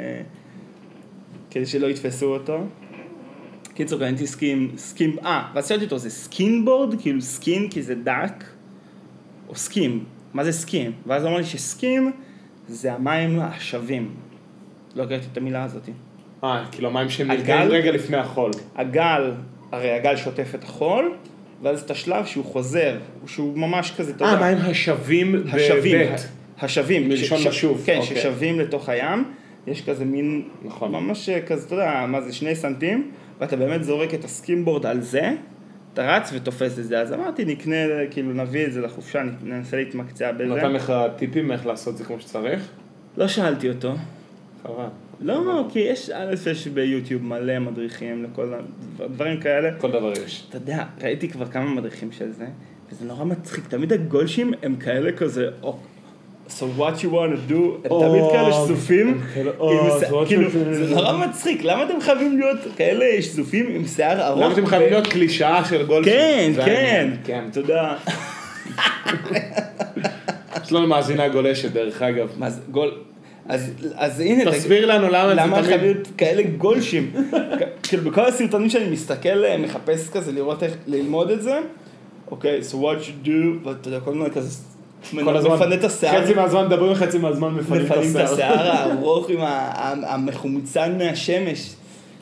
כדי שלא יתפסו אותו. קיצור, קניתי סקים, ואז שאלתי אותו, זה סקינבורד? כאילו סקין כי זה דק? או סקים? מה זה סקים? ואז אמר לי שסקים זה המים השווים. לא קראתי את המילה הזאת. כאילו המים שנרגעים רגע לפני החול. הרי הגל שוטף את החול, ואז את השלב שהוא חוזר, שהוא ממש כזה, אתה יודע. המים השווים בבית. השווים. מלשון לשוב. כן, ששווים לתוך הים. יש כזה מין, ממש כזה, אתה יודע, מה זה, 2 סנטים, ואתה באמת זורק את הסקימבורד על זה, אתה רץ ותופס את זה, אז אמרתי, נקנה, כאילו נביא את זה לחופשה, ננסה להתמקצע בזה. נתן לך טיפים איך לעשות זה כמו שצריך? לא שאלתי אותו. חבל. לא, כי יש ביוטיוב מלא מדריכים לכל דברים כאלה. כל דבר יש. אתה יודע, ראיתי כבר כמה מדריכים של זה, וזה נורא מצחיק, תמיד הגולשים הם כאלה כזה, So what you want to do, הם תמיד כאלה שזופים, כאילו, זה נורא מצחיק, למה אתם חייבים להיות כאלה שזופים עם שיער ארוך? למה אתם חייבים להיות קלישאה של גולשים? כן, תודה. יש לנו מאזינה גולשת דרך אגב. מה זה, גול... אז הנה, תסביר לנו למה חייב להיות כאלה גולשים? כאילו בכל הסרטונים שאני מסתכל, מחפש כזה לראות איך ללמוד את זה, אוקיי, so what you do, ואתה יודע, כל מיני כזה, מפנה את השיער. חצי מהזמן מדברים, חצי מהזמן מפנים את השיער הארוך עם המחומצן מהשמש.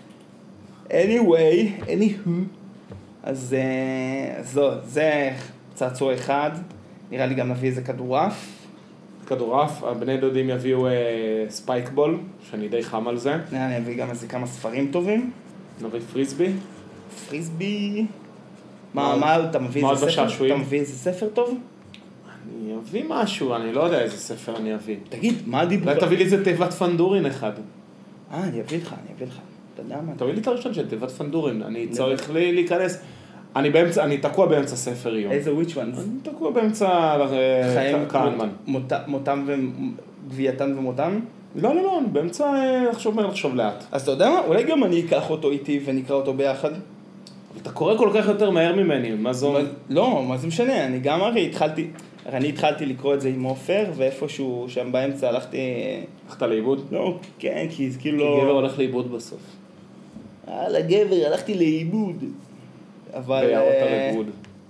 anyway, אז זו, זה צעצוע אחד, נראה לי גם נביא איזה כדורעף, הבני דודים יביאו ספייקבול, שאני די חם על זה. אני אביא גם איזה כמה ספרים טובים. נביא פריסבי. פריסבי? מה, אתה מביא איזה ספר? אתה מביא איזה ספר טוב? אני אביא משהו, אני לא יודע איזה ספר אני אביא. תגיד, מה הדיבור? אולי תביא לי איזה תיבת פנדורין אחד. אני אביא לך. אתה יודע מה? תביא לי את הראשון של תיבת פנדורין, אני צריך להיכנס. אני תקוע באמצע ספר יום. איזה which ones? אני תקוע באמצע קהנמן. מותם וגבייתם ומותם? לא, אני באמצע לחשוב לאט. אז אתה יודע מה? אולי גם אני אקח אותו איתי ונקרא אותו ביחד. אבל אתה קורא כל כך יותר מהר ממני, מה זו? לא, מה זה משנה, אני גם אני התחלתי לקרוא את זה עם עופר, ואיפשהו שם באמצע הלכתי... הלכת לאיבוד? לא, כן, כי זה כאילו... כי גבר הולך לאיבוד בסוף. לגבר, הלכתי לאיבוד. אבל... ביערות הרגוד.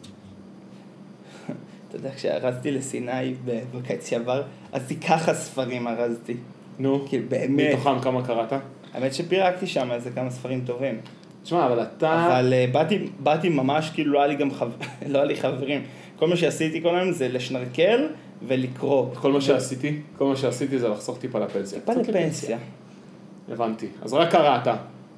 אתה יודע, כשהרזתי לסיני בקיץ שעבר, אז ככה ספרים הרזתי. נו, באמת. מתוכם כמה קראת? האמת שפירקתי שם איזה כמה ספרים טובים. תשמע, אבל אתה... אבל באתי ממש, כאילו לא היה לי חברים. כל מה שעשיתי כל היום זה לשנרקל ולקרוא. כל מה שעשיתי זה לחסוך טיפה לפנסיה. טיפה לפנסיה. הבנתי. אז רק קראת.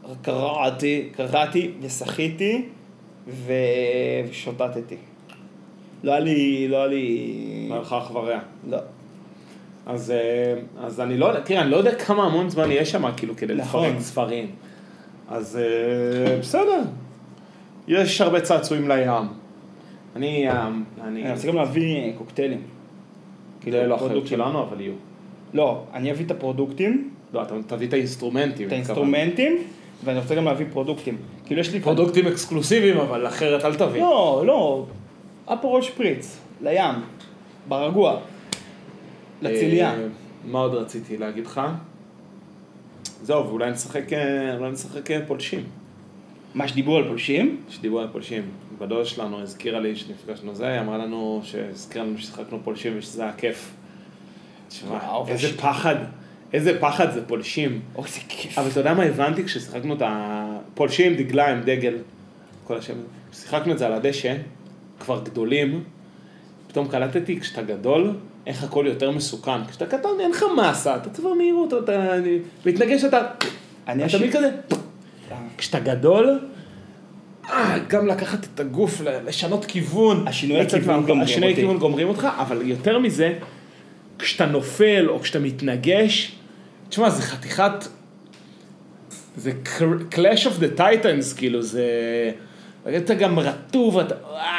קראתי ושחיתי ושוטטתי. לא היה לי... לא היה לך חבריה. לא. אז אני לא יודע, תראה, אני לא יודע כמה המון זמן יהיה שם, כאילו, כדי לפרק ספרים. אז בסדר. יש הרבה צעצועים לים. אני רוצה גם להביא קוקטיילים. כאילו, לא אחריות שלנו, אבל יהיו. לא, אני אביא את הפרודוקטים. לא, אתה תביא את האינסטרומנטים. ואני רוצה גם להביא פרודוקטים. כאילו יש לי... פרודוקטים אקסקלוסיביים, אבל אחרת אל תביא. לא. אפרול שפריץ, לים, ברגוע, לציליה. מה עוד רציתי להגיד לך? זהו, ואולי נשחק פולשים. מה שדיברו על פולשים? שדיברו על פולשים. בדוד שלנו הזכירה לי שנפגשנו זה, היא אמרה לנו שהזכירה לנו ששחקנו פולשים ושזה היה כיף. תשמע, איזה פחד זה פולשים. זה כיף. אבל אתה יודע מה הבנתי כששחקנו את הפולשים, דגליים, דגל, כל השם. כששיחקנו את זה על הדשא, כבר גדולים, פתאום קלטתי כשאתה גדול, איך הכל יותר מסוכן. כשאתה קטן אין לך מסה, אתה צבר מהירות, אתה מתנגש, אתה תמיד כזה. כשאתה גדול, גם לקחת את הגוף, לשנות כיוון. השינוי כיוון גומרים אותך, אבל יותר מזה, כשאתה נופל או כשאתה מתנגש, תשמע, זה חתיכת, זה Clash of the Titans, כאילו, זה, אתה גם רטוב, אתה,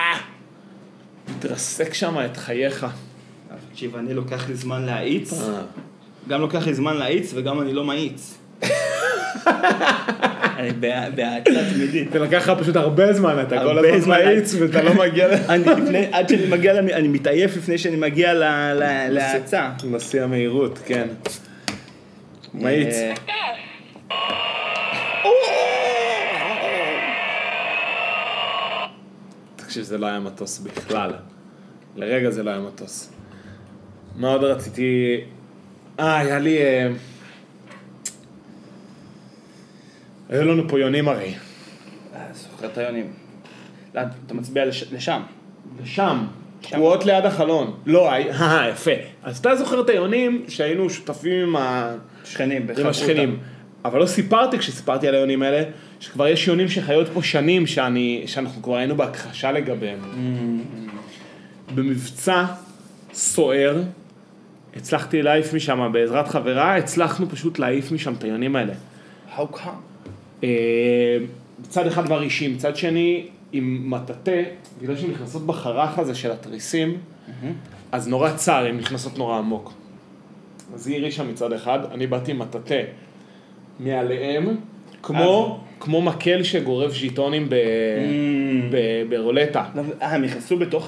מתרסק שם את חייך. תקשיב, אני לוקח לי זמן להאיץ, גם לוקח לי זמן להאיץ וגם אני לא מאיץ. אני בהאצה תמידית. אתה לקח לך פשוט הרבה זמן, אתה כל הזמן מאיץ ואתה לא מגיע עד שאני מגיע, אני מתעייף לפני שאני מגיע להאצה. נשיא המהירות, כן. מאיץ. תקשיב, זה לא היה מטוס בכלל. לרגע זה לא היה מטוס. מה עוד רציתי? היה לי... היו לנו פה יונים הרי. זוכר את היונים. אתה מצביע לשם. לשם. תקועות ליד החלון. לא, יפה. אז אתה זוכר את היונים שהיינו שותפים עם השכנים. אבל לא סיפרתי כשסיפרתי על היונים האלה, שכבר יש יונים שחיות פה שנים שאנחנו כבר היינו בהכחשה לגביהם. במבצע סוער, הצלחתי להעיף משם בעזרת חברה, הצלחנו פשוט להעיף משם את היונים האלה. How come? מצד אחד כבר אישים, מצד שני עם מטאטה, בגלל שהן נכנסות בחרך הזה של התריסים, אז נורא צר, הן נכנסות נורא עמוק. אז היא הרישה מצד אחד, אני באתי עם מטאטה מעליהם, כמו מקל שגורב ז'יטונים ברולטה. הם נכנסו בתוך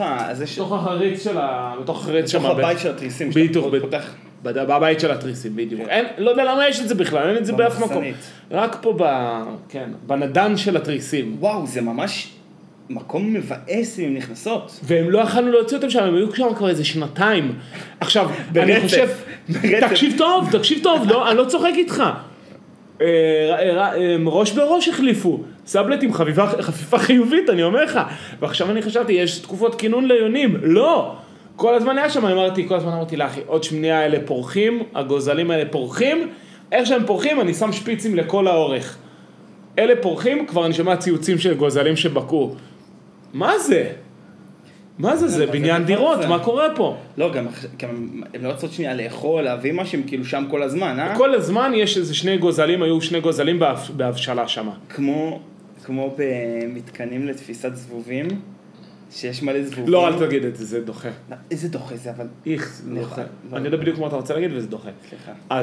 בתוך החריץ שם. הבית של התריסים. בדיוק, בבית של התריסים, בדיוק. לא יודע למה יש את זה בכלל, אין את זה באף מקום. רק פה בנדן של התריסים. וואו, זה ממש מקום מבאס אם נכנסות. והם לא יכלנו להוציא אותם שם, הם היו שם כבר איזה שנתיים. עכשיו, אני חושב, תקשיב טוב, אני לא צוחק איתך. ראש בראש החליפו, סאבלט עם חפיפה חיובית, אני אומר לך. ועכשיו אני חשבתי, יש תקופות כינון ליונים. לא! כל הזמן היה שם, כל הזמן אמרתי לאחי, עוד שנייה האלה פורחים, הגוזלים האלה פורחים, איך שהם פורחים, אני שם שפיצים לכל האורך. אלה פורחים, כבר אני שומע ציוצים של גוזלים שבקעו. מה זה? מה זה? זה בניין דירות, מה קורה פה? לא, גם הם לא רוצות שנייה לאכול, להביא משהו, הם כאילו שם כל הזמן, אה? כל הזמן יש איזה היו שני גוזלים בהבשלה שם. כמו במתקנים לתפיסת זבובים, שיש מלא זבובים. לא, אל תגיד את זה, זה דוחה. איזה דוחה זה, אבל... זה דוחה. אני יודע בדיוק מה אתה רוצה להגיד, וזה דוחה. סליחה.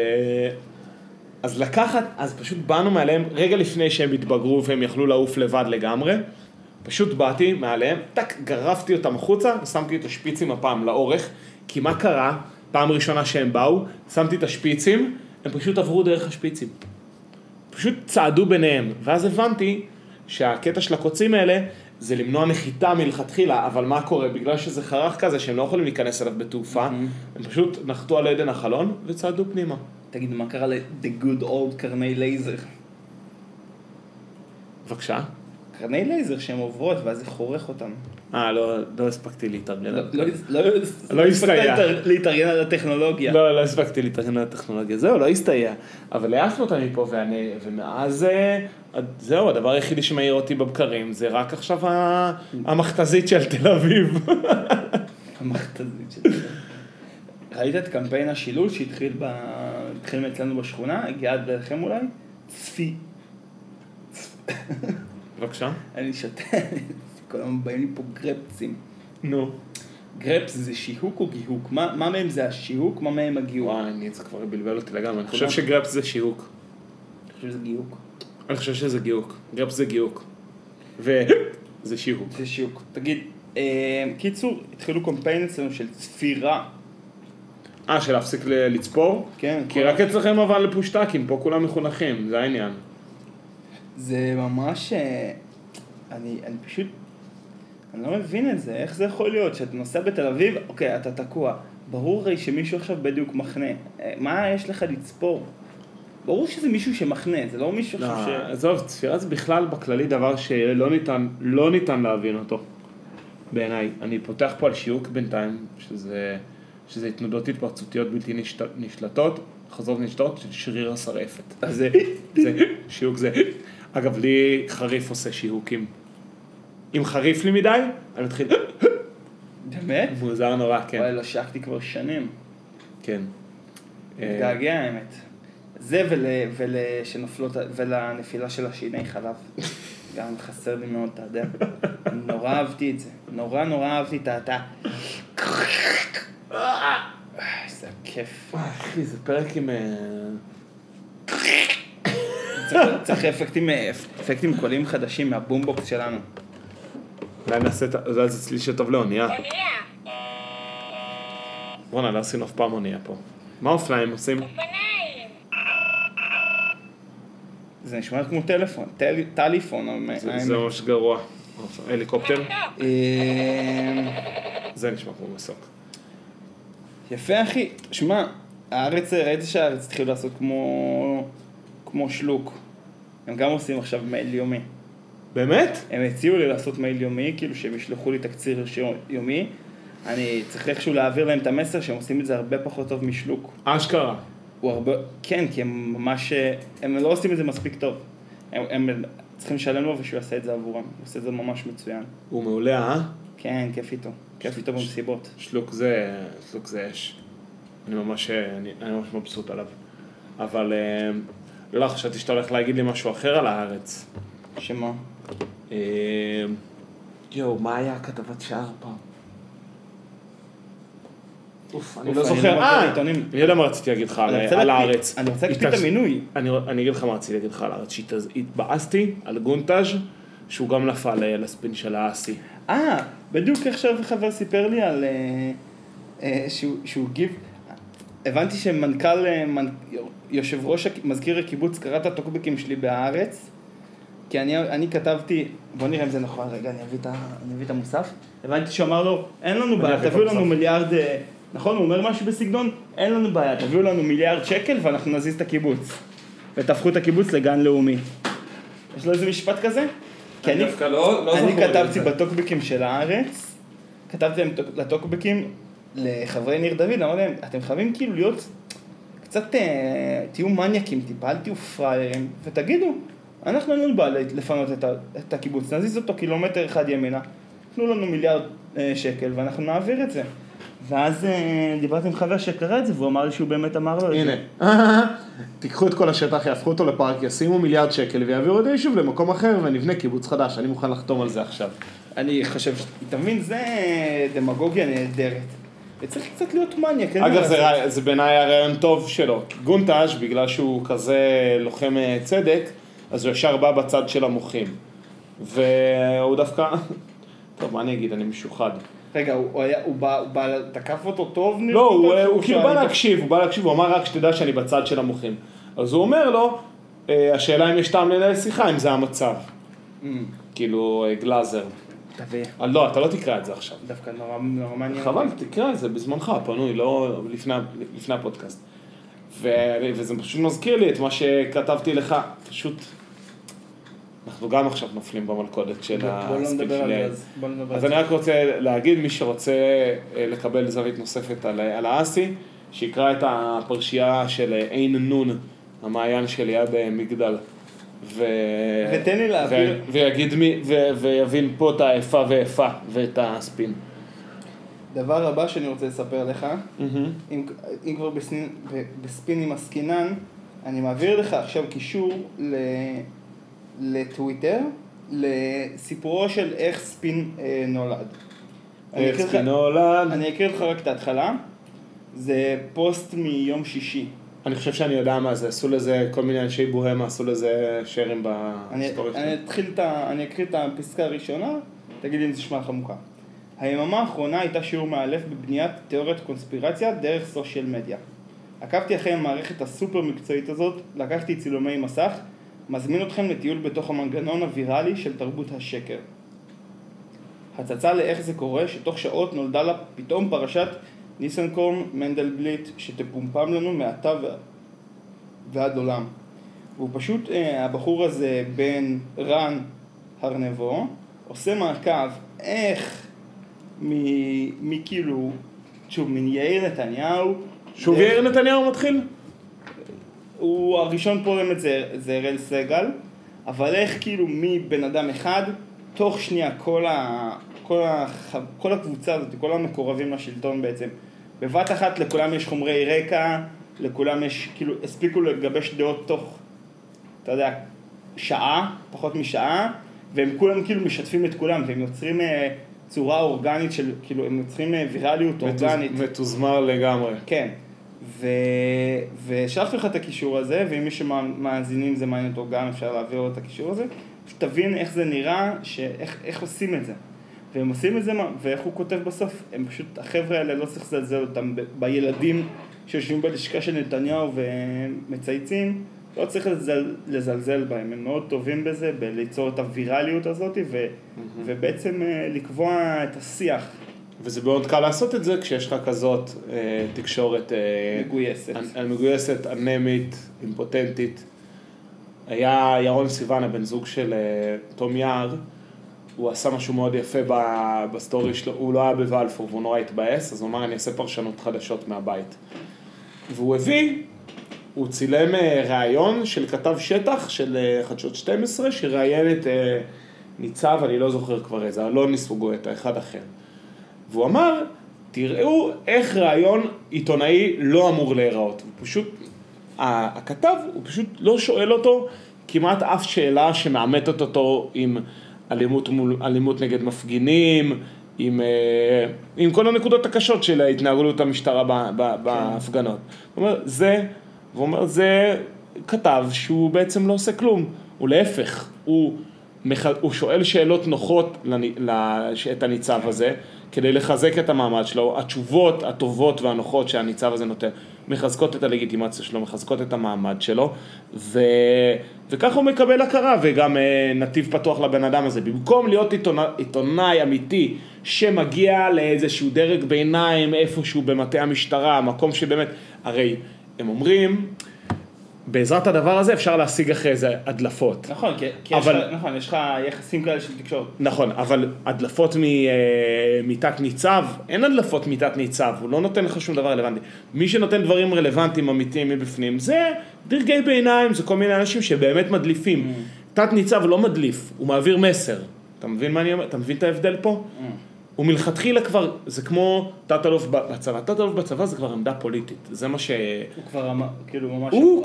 אז פשוט באנו מעליהם, רגע לפני שהם התבגרו והם יכלו לעוף לבד לגמרי, פשוט באתי מעליהם, גרפתי אותם החוצה, ושמתי את השפיצים הפעם לאורך, כי מה קרה? פעם ראשונה שהם באו, שמתי את השפיצים, הם פשוט עברו דרך השפיצים. פשוט צעדו ביניהם, ואז הבנתי שהקטע של הקוצים האלה, זה למנוע נחיתה מלכתחילה, אבל מה קורה? בגלל שזה חרך כזה שהם לא יכולים להיכנס אליו בתעופה, הם פשוט נחתו על עדן החלון וצעדו פנימה. תגיד, מה קרה ל-The Good Old קרני לייזר? בבקשה? קרני לייזר שהן עוברות ואז זה חורך אותן. לא הספקתי להתארגן. לא הספקת להתארגן על הטכנולוגיה. לא הספקתי להתארגן על הטכנולוגיה. זהו, לא הסתייע. אבל העפנו אותם מפה ומאז זהו, הדבר היחידי שמעיר אותי בבקרים זה רק עכשיו המכתזית של תל אביב. המכתזית של תל אביב. ראית את קמפיין השילול שהתחיל אצלנו בשכונה? הגיע עד לכם אולי? צפי. בבקשה. אני שותה, כל הזמן באים לי פה גרפסים. נו. גרפס זה שיהוק או גיהוק? מה מהם זה השיהוק? מה מהם הגיהוק? וואי, זה כבר בלבל אותי לגמרי. אני חושב שגרפס זה שיהוק. אני חושב שזה גיהוק. אני חושב שזה גיהוק. גרפס זה גיהוק. וזה שיהוק. זה שיהוק. תגיד, קיצור, התחילו קמפיין אצלנו של צפירה. של להפסיק לצפור? כן. כי רק אצלכם אבל לפושטקים, פה כולם מחונכים, זה העניין. זה ממש, אני לא מבין את זה, איך זה יכול להיות שאתה נוסע בתל אביב, אוקיי, אתה תקוע, ברור הרי שמישהו עכשיו בדיוק מחנה, מה יש לך לצפור? ברור שזה מישהו שמחנה, זה לא מישהו עכשיו עזוב, צפירה זה בכלל בכללי דבר שלא ניתן להבין אותו, בעיניי. אני פותח פה על שיוק בינתיים, שזה התנודות התפרצותיות בלתי נשלטות, חוזרות נשלטות של שריר השרעפת. זה שיוק זה. אגב, לי חריף עושה שיהוקים. אם חריף לי מדי, אני מתחיל... באמת? מוזר נורא, כן. וואי, לא שחקתי כבר שנים. כן. מתגעגע האמת. זה ולנפילה של השיני חלב. גם חסר לי מאוד, אתה יודע. נורא אהבתי את זה. נורא אהבתי את איזה כיף. אחי, זה פרק עם... צריך אפקטים קוליים חדשים מהבומבוקס שלנו. אולי נעשה את זה אצלי שטוב לאונייה. בוא'נה, לא עשינו אף פעם אונייה פה. מה אופניים עושים? זה נשמע כמו טלפון. זה ממש גרוע. הליקופטר? זה נשמע כמו מסוק. יפה אחי, שמע, ראית שהארץ התחילו לעשות כמו שלוק. הם גם עושים עכשיו מייל יומי. באמת? הם הציעו לי לעשות מייל יומי, כאילו שהם ישלחו לי תקציר יומי. אני צריך איכשהו להעביר להם את המסר שהם עושים את זה הרבה פחות טוב משלוק. אשכרה. כן, כי הם ממש, הם לא עושים את זה מספיק טוב. הם צריכים לשלם לו ושהוא יעשה את זה עבורם. הוא עושה את זה ממש מצוין. הוא מעולה, אה? כן, כיף איתו. כיף איתו במסיבות. שלוק זה אש. אני ממש מבסוט עליו. אבל לא, חשבתי שאתה הולך להגיד לי משהו אחר על הארץ. שמה? מה היה כתבת שער פעם? אני לא זוכר, אני יודע מה רציתי להגיד לך על הארץ. אני רוצה להקפיא את המינוי. אני אגיד לך מה רציתי להגיד לך על הארץ, שהתבאסתי על גונטאז' שהוא גם נפל לספין של האסי. בדיוק עכשיו חבר סיפר לי על שהוא גיב, הבנתי שמנכ"ל, יושב ראש, מזכיר הקיבוץ, קרא את הטוקבקים שלי בהארץ, כי אני כתבתי, בוא נראה אם זה נכון, רגע, אני אביא את המוסף, הבנתי שאמר לו, אין לנו בעיה, תביאו לנו מיליארד, נכון, הוא אומר משהו בסגנון, אין לנו בעיה, תביאו לנו מיליארד שקל ואנחנו נזיז את הקיבוץ, ותהפכו את הקיבוץ לגן לאומי. יש לו איזה משפט כזה? כי אני כתבתי בטוקבקים של הארץ, כתבתי לטוקבקים לחברי ניר דוד, אמרתי להם, אתם חייבים כאילו להיות קצת, תהיו מניאקים טיפה, אל תהיו פריירים, ותגידו, אנחנו אין לנו בעיה לפנות את הקיבוץ, נזיז אותו קילומטר אחד ימינה, תנו לנו מיליארד שקל ואנחנו נעביר את זה. ואז דיברתי עם חבר שקרא את זה, והוא אמר לי שהוא באמת אמר לו את זה. הנה, תיקחו את כל השטח, יהפכו אותו לפארק, ישימו מיליארד שקל ויעבירו את היישוב למקום אחר ונבנה קיבוץ חדש, אני מוכן לחתום על זה עכשיו. אני חושב, אתה מבין, זה דמגוגיה נהדרת. וצריך קצת להיות מניאק. אגב, זה בעיניי הרעיון טוב שלו. גונטאז' בגלל שהוא כזה לוחם צדק, אז הוא ישר בא בצד של המוחים. והוא דווקא, טוב, מה אני אגיד, אני משוחד. רגע, הוא בא, תקף אותו טוב? לא, הוא כאילו בא להקשיב, הוא אמר רק שתדע שאני בצד של המוחים. אז הוא אומר לו, השאלה אם יש טעם לנהל שיחה, אם זה המצב. כאילו, גלאזר. לא, אתה לא תקרא את זה עכשיו. דווקא נורא מעניין. חבל, תקרא את זה בזמנך, פנוי, לא לפני הפודקאסט. וזה פשוט מזכיר לי את מה שכתבתי לך, פשוט, אנחנו גם עכשיו נופלים במלכודת של הספיק שלי. אז אני רק רוצה להגיד, מי שרוצה לקבל זווית נוספת על האסי, שיקרא את הפרשייה של עין נון, המעיין שלי היה במגדל. ותן לי להעביר. ויבין פה את האיפה ואיפה ואת הספין. דבר הבא שאני רוצה לספר לך, אם כבר בספינים עסקינן, אני מעביר לך עכשיו קישור לטוויטר, לסיפורו של איך ספין נולד. איך ספין נולד? אני אקריא לך רק את ההתחלה, זה פוסט מיום שישי. אני חושב שאני יודע מה זה, עשו לזה כל מיני אנשי בוהמה, עשו לזה שרים בהיסטוריה שלהם. אני אקריא את הפסקה הראשונה, תגיד אם זה שמע לך מוכר. היממה האחרונה הייתה שיעור מאלף בבניית תיאוריית קונספירציה דרך סושיאל מדיה. עקבתי אחרי המערכת הסופר מקצועית הזאת, לקחתי צילומי מסך, מזמין אתכם לטיול בתוך המנגנון הוויראלי של תרבות השקר. הצצה לאיך זה קורה, שתוך שעות נולדה לה פתאום פרשת ניסנקורן מנדלבליט שתפומפם לנו מעתה ועד עולם. והוא פשוט, הבחור הזה בן רן הרנבו, עושה מעקב איך מכאילו, שוב, מן יאיר נתניהו. שוב יאיר נתניהו מתחיל? הוא הראשון פורם את זה אראל סגל, אבל איך כאילו מבן אדם אחד, תוך שנייה כל הקבוצה הזאת, כל המקורבים לשלטון בעצם, בבת אחת לכולם יש חומרי רקע, לכולם יש, כאילו, הספיקו לגבש דעות תוך, אתה יודע, שעה, פחות משעה, והם כולם כאילו משתפים את כולם, והם יוצרים צורה אורגנית של, כאילו, הם יוצרים ויראליות אורגנית. מתוזמר לגמרי. כן. ושלחתי לך את הקישור הזה, ואם מי שמאזינים זה מעניין אותו גם, אפשר להעביר לו את הקישור הזה, שתבין איך זה נראה, איך עושים את זה. והם עושים את זה, ואיך הוא כותב בסוף, הם פשוט, החבר'ה האלה לא צריך לזלזל אותם בילדים שיושבים בלשכה של נתניהו ומצייצים, לא צריך לזלזל בהם, הם מאוד טובים בזה, בליצור את הווירליות הזאת, ובעצם לקבוע את השיח. וזה מאוד קל לעשות את זה כשיש לך כזאת תקשורת מגויסת, אנמית, אימפוטנטית. היה ירון סיוון, הבן זוג של תום יער, הוא עשה משהו מאוד יפה בסטורי שלו, הוא לא היה בבלפור והוא נורא התבאס, אז הוא אמר אני אעשה פרשנות חדשות מהבית. והוא הוא צילם ראיון של כתב שטח של חדשות 12, שראיין את ניצב, אני לא זוכר כבר איזה, לא ניסוגו את האחד אחר. והוא אמר, תראו איך ראיון עיתונאי לא אמור להיראות. הכתב, הוא פשוט לא שואל אותו כמעט אף שאלה שמאמתת אותו עם אלימות נגד מפגינים, עם כל הנקודות הקשות של ההתנהגות המשטרה בהפגנות. הוא אומר, זה כתב שהוא בעצם לא עושה כלום, הוא להפך, הוא שואל שאלות נוחות את הניצב הזה, כדי לחזק את המעמד שלו, התשובות הטובות והנוחות שהניצב הזה נותן, מחזקות את הלגיטימציה שלו, מחזקות את המעמד שלו, וככה הוא מקבל הכרה, וגם נתיב פתוח לבן אדם הזה. במקום להיות עיתונאי אמיתי, שמגיע לאיזשהו דרג ביניים, איפשהו במטה המשטרה, מקום שבאמת, הרי הם אומרים, בעזרת הדבר הזה אפשר להשיג אחרי זה הדלפות. נכון, כי יש לך יחסים כאלה של תקשורת. נכון, אבל הדלפות מתת ניצב, אין הדלפות מתת ניצב, הוא לא נותן לך שום דבר רלוונטי. מי שנותן דברים רלוונטיים אמיתיים מבפנים, זה דרגי ביניים, זה כל מיני אנשים שבאמת מדליפים. תת ניצב לא מדליף, הוא מעביר מסר. אתה מבין מה אני אומר? אתה מבין את ההבדל פה? הוא מלכתחילה כבר, זה כמו תת-אלוף בצבא. תת-אלוף בצבא זה כבר עמדה פוליטית. זה מה ש... הוא כבר כאילו ממש... הוא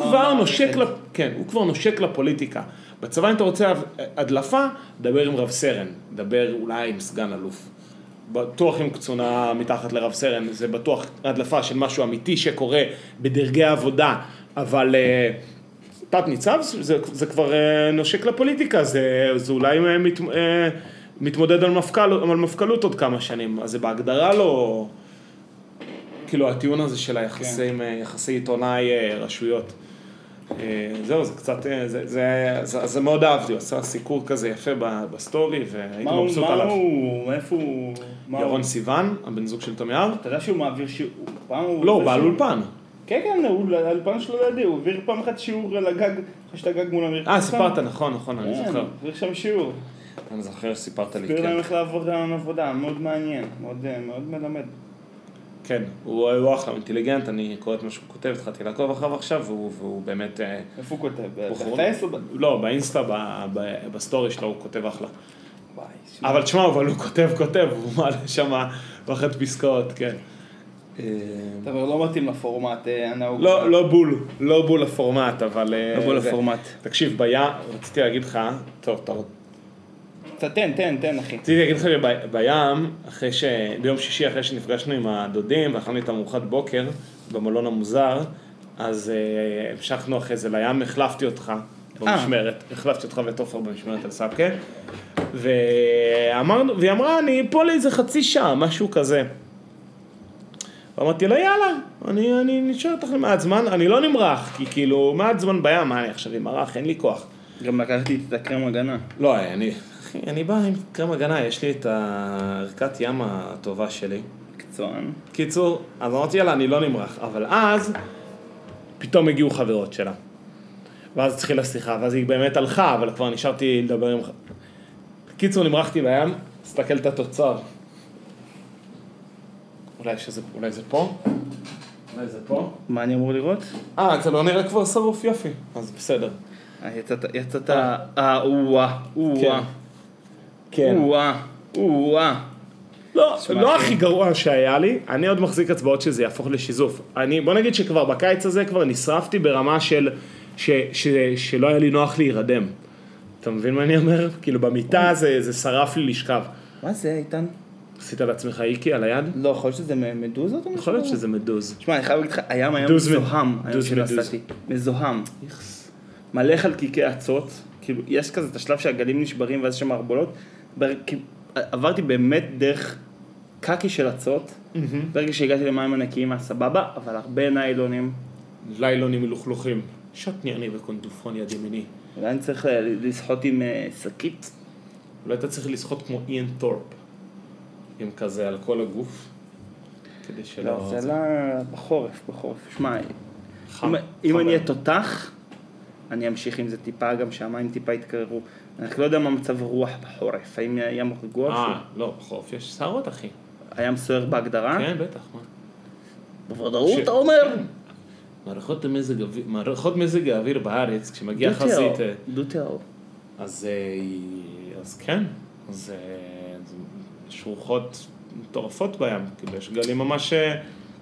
כבר נושק לפוליטיקה. בצבא אם אתה רוצה הדלפה, דבר עם רב סרן. דבר אולי עם סגן אלוף. בטוח עם קצונה מתחת לרב סרן. זה בטוח הדלפה של משהו אמיתי שקורה בדרגי העבודה. אבל תת ניצב זה כבר נושק לפוליטיקה. זה אולי מתמודד על מפכ"לות עוד כמה שנים, אז זה בהגדרה לא, כאילו הטיעון הזה של יחסי עיתונאי רשויות. זהו, זה קצת, זה מאוד אהבתי, הוא עשה סיקור כזה יפה בסטורי, והייתי מבסוט עליו. מאיפה הוא? ירון סיוון, הבן זוג של תום יער. אתה יודע שהוא מעביר שיעור? לא, הוא בעל אולפן. כן, הוא האולפן שלו לידי, הוא העביר פעם אחת שיעור על הגג, חשת הגג מול אמיר. סיפרת, נכון, אני זוכר. הוא העביר שם שיעור. אני זוכר, סיפרת לי, כן. ספיר להם איך לעבוד על עבודה, מאוד מעניין, מאוד מלמד. כן, הוא אחלה, אינטליגנט, אני קורא את מה שהוא כותב, התחלתי לעקוב אחריו עכשיו, והוא באמת... איפה הוא כותב? בפייס או לא, באינסטה, בסטורי שלו הוא כותב אחלה. אבל תשמע, הוא כותב, הוא מעלה שם ואחת פסקאות, כן. אתה אומר, לא מתאים לפורמט הנהוג. לא בול לפורמט, אבל... לא בול לפורמט. תקשיב, רציתי להגיד לך, טוב, אתה רוצה... תן, אחי. רציתי להגיד לך בים, ביום שישי אחרי שנפגשנו עם הדודים, ואכלנו איתם ארוחת בוקר במלון המוזר, אז המשכנו אחרי זה לים, החלפתי אותך במשמרת, החלפתי אותך וטופר במשמרת על סבקה, והיא אמרה, אני פה לאיזה חצי שעה, משהו כזה. ואמרתי לה, יאללה, אני נשאר אותך למעט זמן, אני לא נמרח, כי כאילו, מעט זמן בים, מה אני עכשיו עם מרח, אין לי כוח. גם לקחתי את הקרם הגנה. לא, אני בא עם קרם הגנה, יש לי את הערכת ים הטובה שלי. קצוען. קיצור, אז אמרתי, יאללה, אני לא נמרח, אבל אז פתאום הגיעו חברות שלה. ואז התחילה שיחה, ואז היא באמת הלכה, אבל כבר נשארתי לדבר עם... קיצור, נמרחתי בים, תסתכל את התוצר. אולי זה פה? אולי זה פה? מה אני אמור לראות? זה לא נראה כבר שרוף, יופי. אז בסדר. יצאת... כן. לא הכי גרוע שהיה לי, אני עוד מחזיק הצבעות שזה יהפוך לשיזוף. בוא נגיד שכבר בקיץ הזה כבר נשרפתי ברמה שלא היה לי נוח להירדם. אתה מבין מה אני אומר? כאילו במיטה זה שרף לי לשכב. מה זה, איתן? עשית לעצמך איקי על היד? לא, יכול להיות שזה מדוז? יכול להיות שזה מדוז. תשמע, אני חייב להגיד לך, הים מזוהם, היום שנסעתי. מזוהם. מלא חלקיקי עצות, כאילו, יש כזה את השלב שהגלים נשברים ואז שם הרבולות, עברתי באמת דרך קקי של עצות, ברגע שהגעתי למים ענקיים הסבבה, אבל הרבה ניילונים. ליילונים מלוכלוכים. שטני אני וקונדופון יד ימיני. אולי אני צריך לשחות עם שקית. אולי אתה צריך לשחות כמו איין טורפ, עם כזה על כל הגוף, כדי שלא... לא, זה לא בחורף. שמע, אם אני אהיה תותח, אני אמשיך עם זה טיפה, גם שהמים טיפה יתקררו. אני לא יודע מה מצב רוח בחורף, האם ים רגוע? לא, בחורף יש שערות, אחי. הים סוער בהגדרה? כן, בטח, מה? בוודאות, אתה אומר? מערכות מזג האוויר בארץ, כשמגיע חזית... דו-תיאור. אז כן, אז יש רוחות מטורפות בים, כאילו יש גלים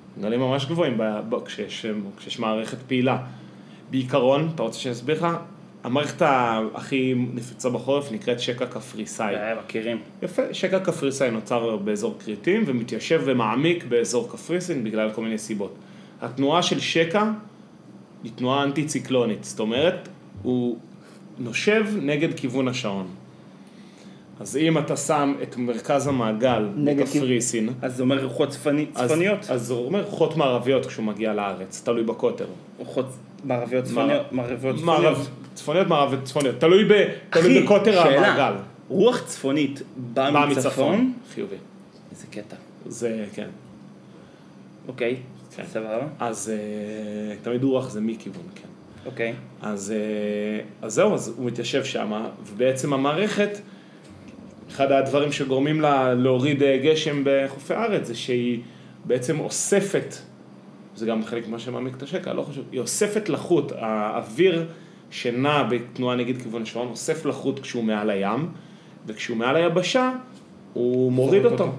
ממש גבוהים כשיש מערכת פעילה. בעיקרון, אתה רוצה שנסביר לך? המערכת הכי נפוצה בחורף נקראת שקע קפריסאי. מכירים. יפה, שקע קפריסאי נוצר באזור כרתים ומתיישב ומעמיק באזור קפריסין בגלל כל מיני סיבות. התנועה של שקע היא תנועה אנטי-ציקלונית, זאת אומרת, הוא נושב נגד כיוון השעון. אז אם אתה שם את מרכז המעגל בקפריסין, אז זה אומר רוחות צפוניות? אז זה אומר רוחות מערביות כשהוא מגיע לארץ, תלוי בקוטר. רוחות מערביות צפוניות? צפוניות, מערביות צפוניות, תלוי בקוטר המעגל. רוח צפונית באה מצפון? חיובי. איזה קטע. זה, כן. אוקיי, סבבה. אז תמיד רוח זה מכיוון, כן. אוקיי. אז זהו, אז הוא מתיישב שם, ובעצם המערכת, אחד הדברים שגורמים לה להוריד גשם בחופי הארץ, זה שהיא בעצם אוספת, זה גם חלק ממה שמעמיק את השקע, לא חשוב, היא אוספת לחוט, האוויר שנע בתנועה נגד כיוון השעון, אוסף לחוט כשהוא מעל הים, וכשהוא מעל היבשה, הוא מוריד אותו,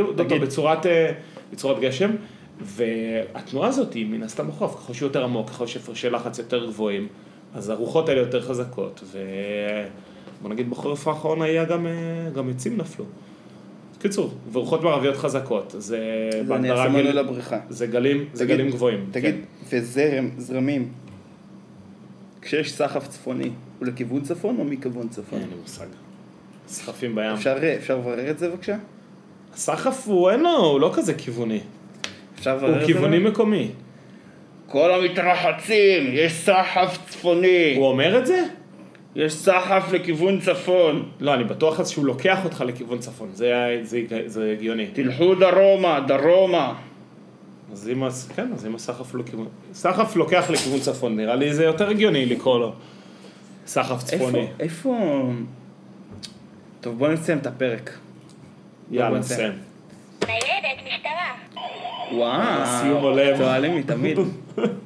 בצורת גשם, והתנועה הזאת היא מן הסתם בחוף, ככל שהוא יותר עמוק, ככל שהפרשי לחץ יותר גבוהים, אז הרוחות האלה יותר חזקות, בוא נגיד בחורף האחרון היה גם עצים נפלו. קיצור, ורוחות מערביות חזקות, זה בהגדרה גיל לבריכה. זה גלים גבוהים. תגיד, זרמים, כשיש סחף צפוני, הוא לכיוון צפון או מכיוון צפון? אין לי מושג. סחפים בים. אפשר לברר את זה בבקשה? הסחף הוא לא כזה כיווני. אפשר לברר את זה? הוא כיווני מקומי. כל המתרחצים, יש סחף צפוני. הוא אומר את זה? יש סחף לכיוון צפון. לא, אני בטוח שהוא לוקח אותך לכיוון צפון, זה הגיוני. תלכו דרומה. אז אם הסחף לכיוון... סחף לוקח לכיוון צפון, נראה לי זה יותר הגיוני לקרוא לו. סחף צפוני. איפה... טוב, בוא נסיים את הפרק. יאללה, נסיים. ניידת משטרה. וואו. סיום עולם. תועלים לי תמיד.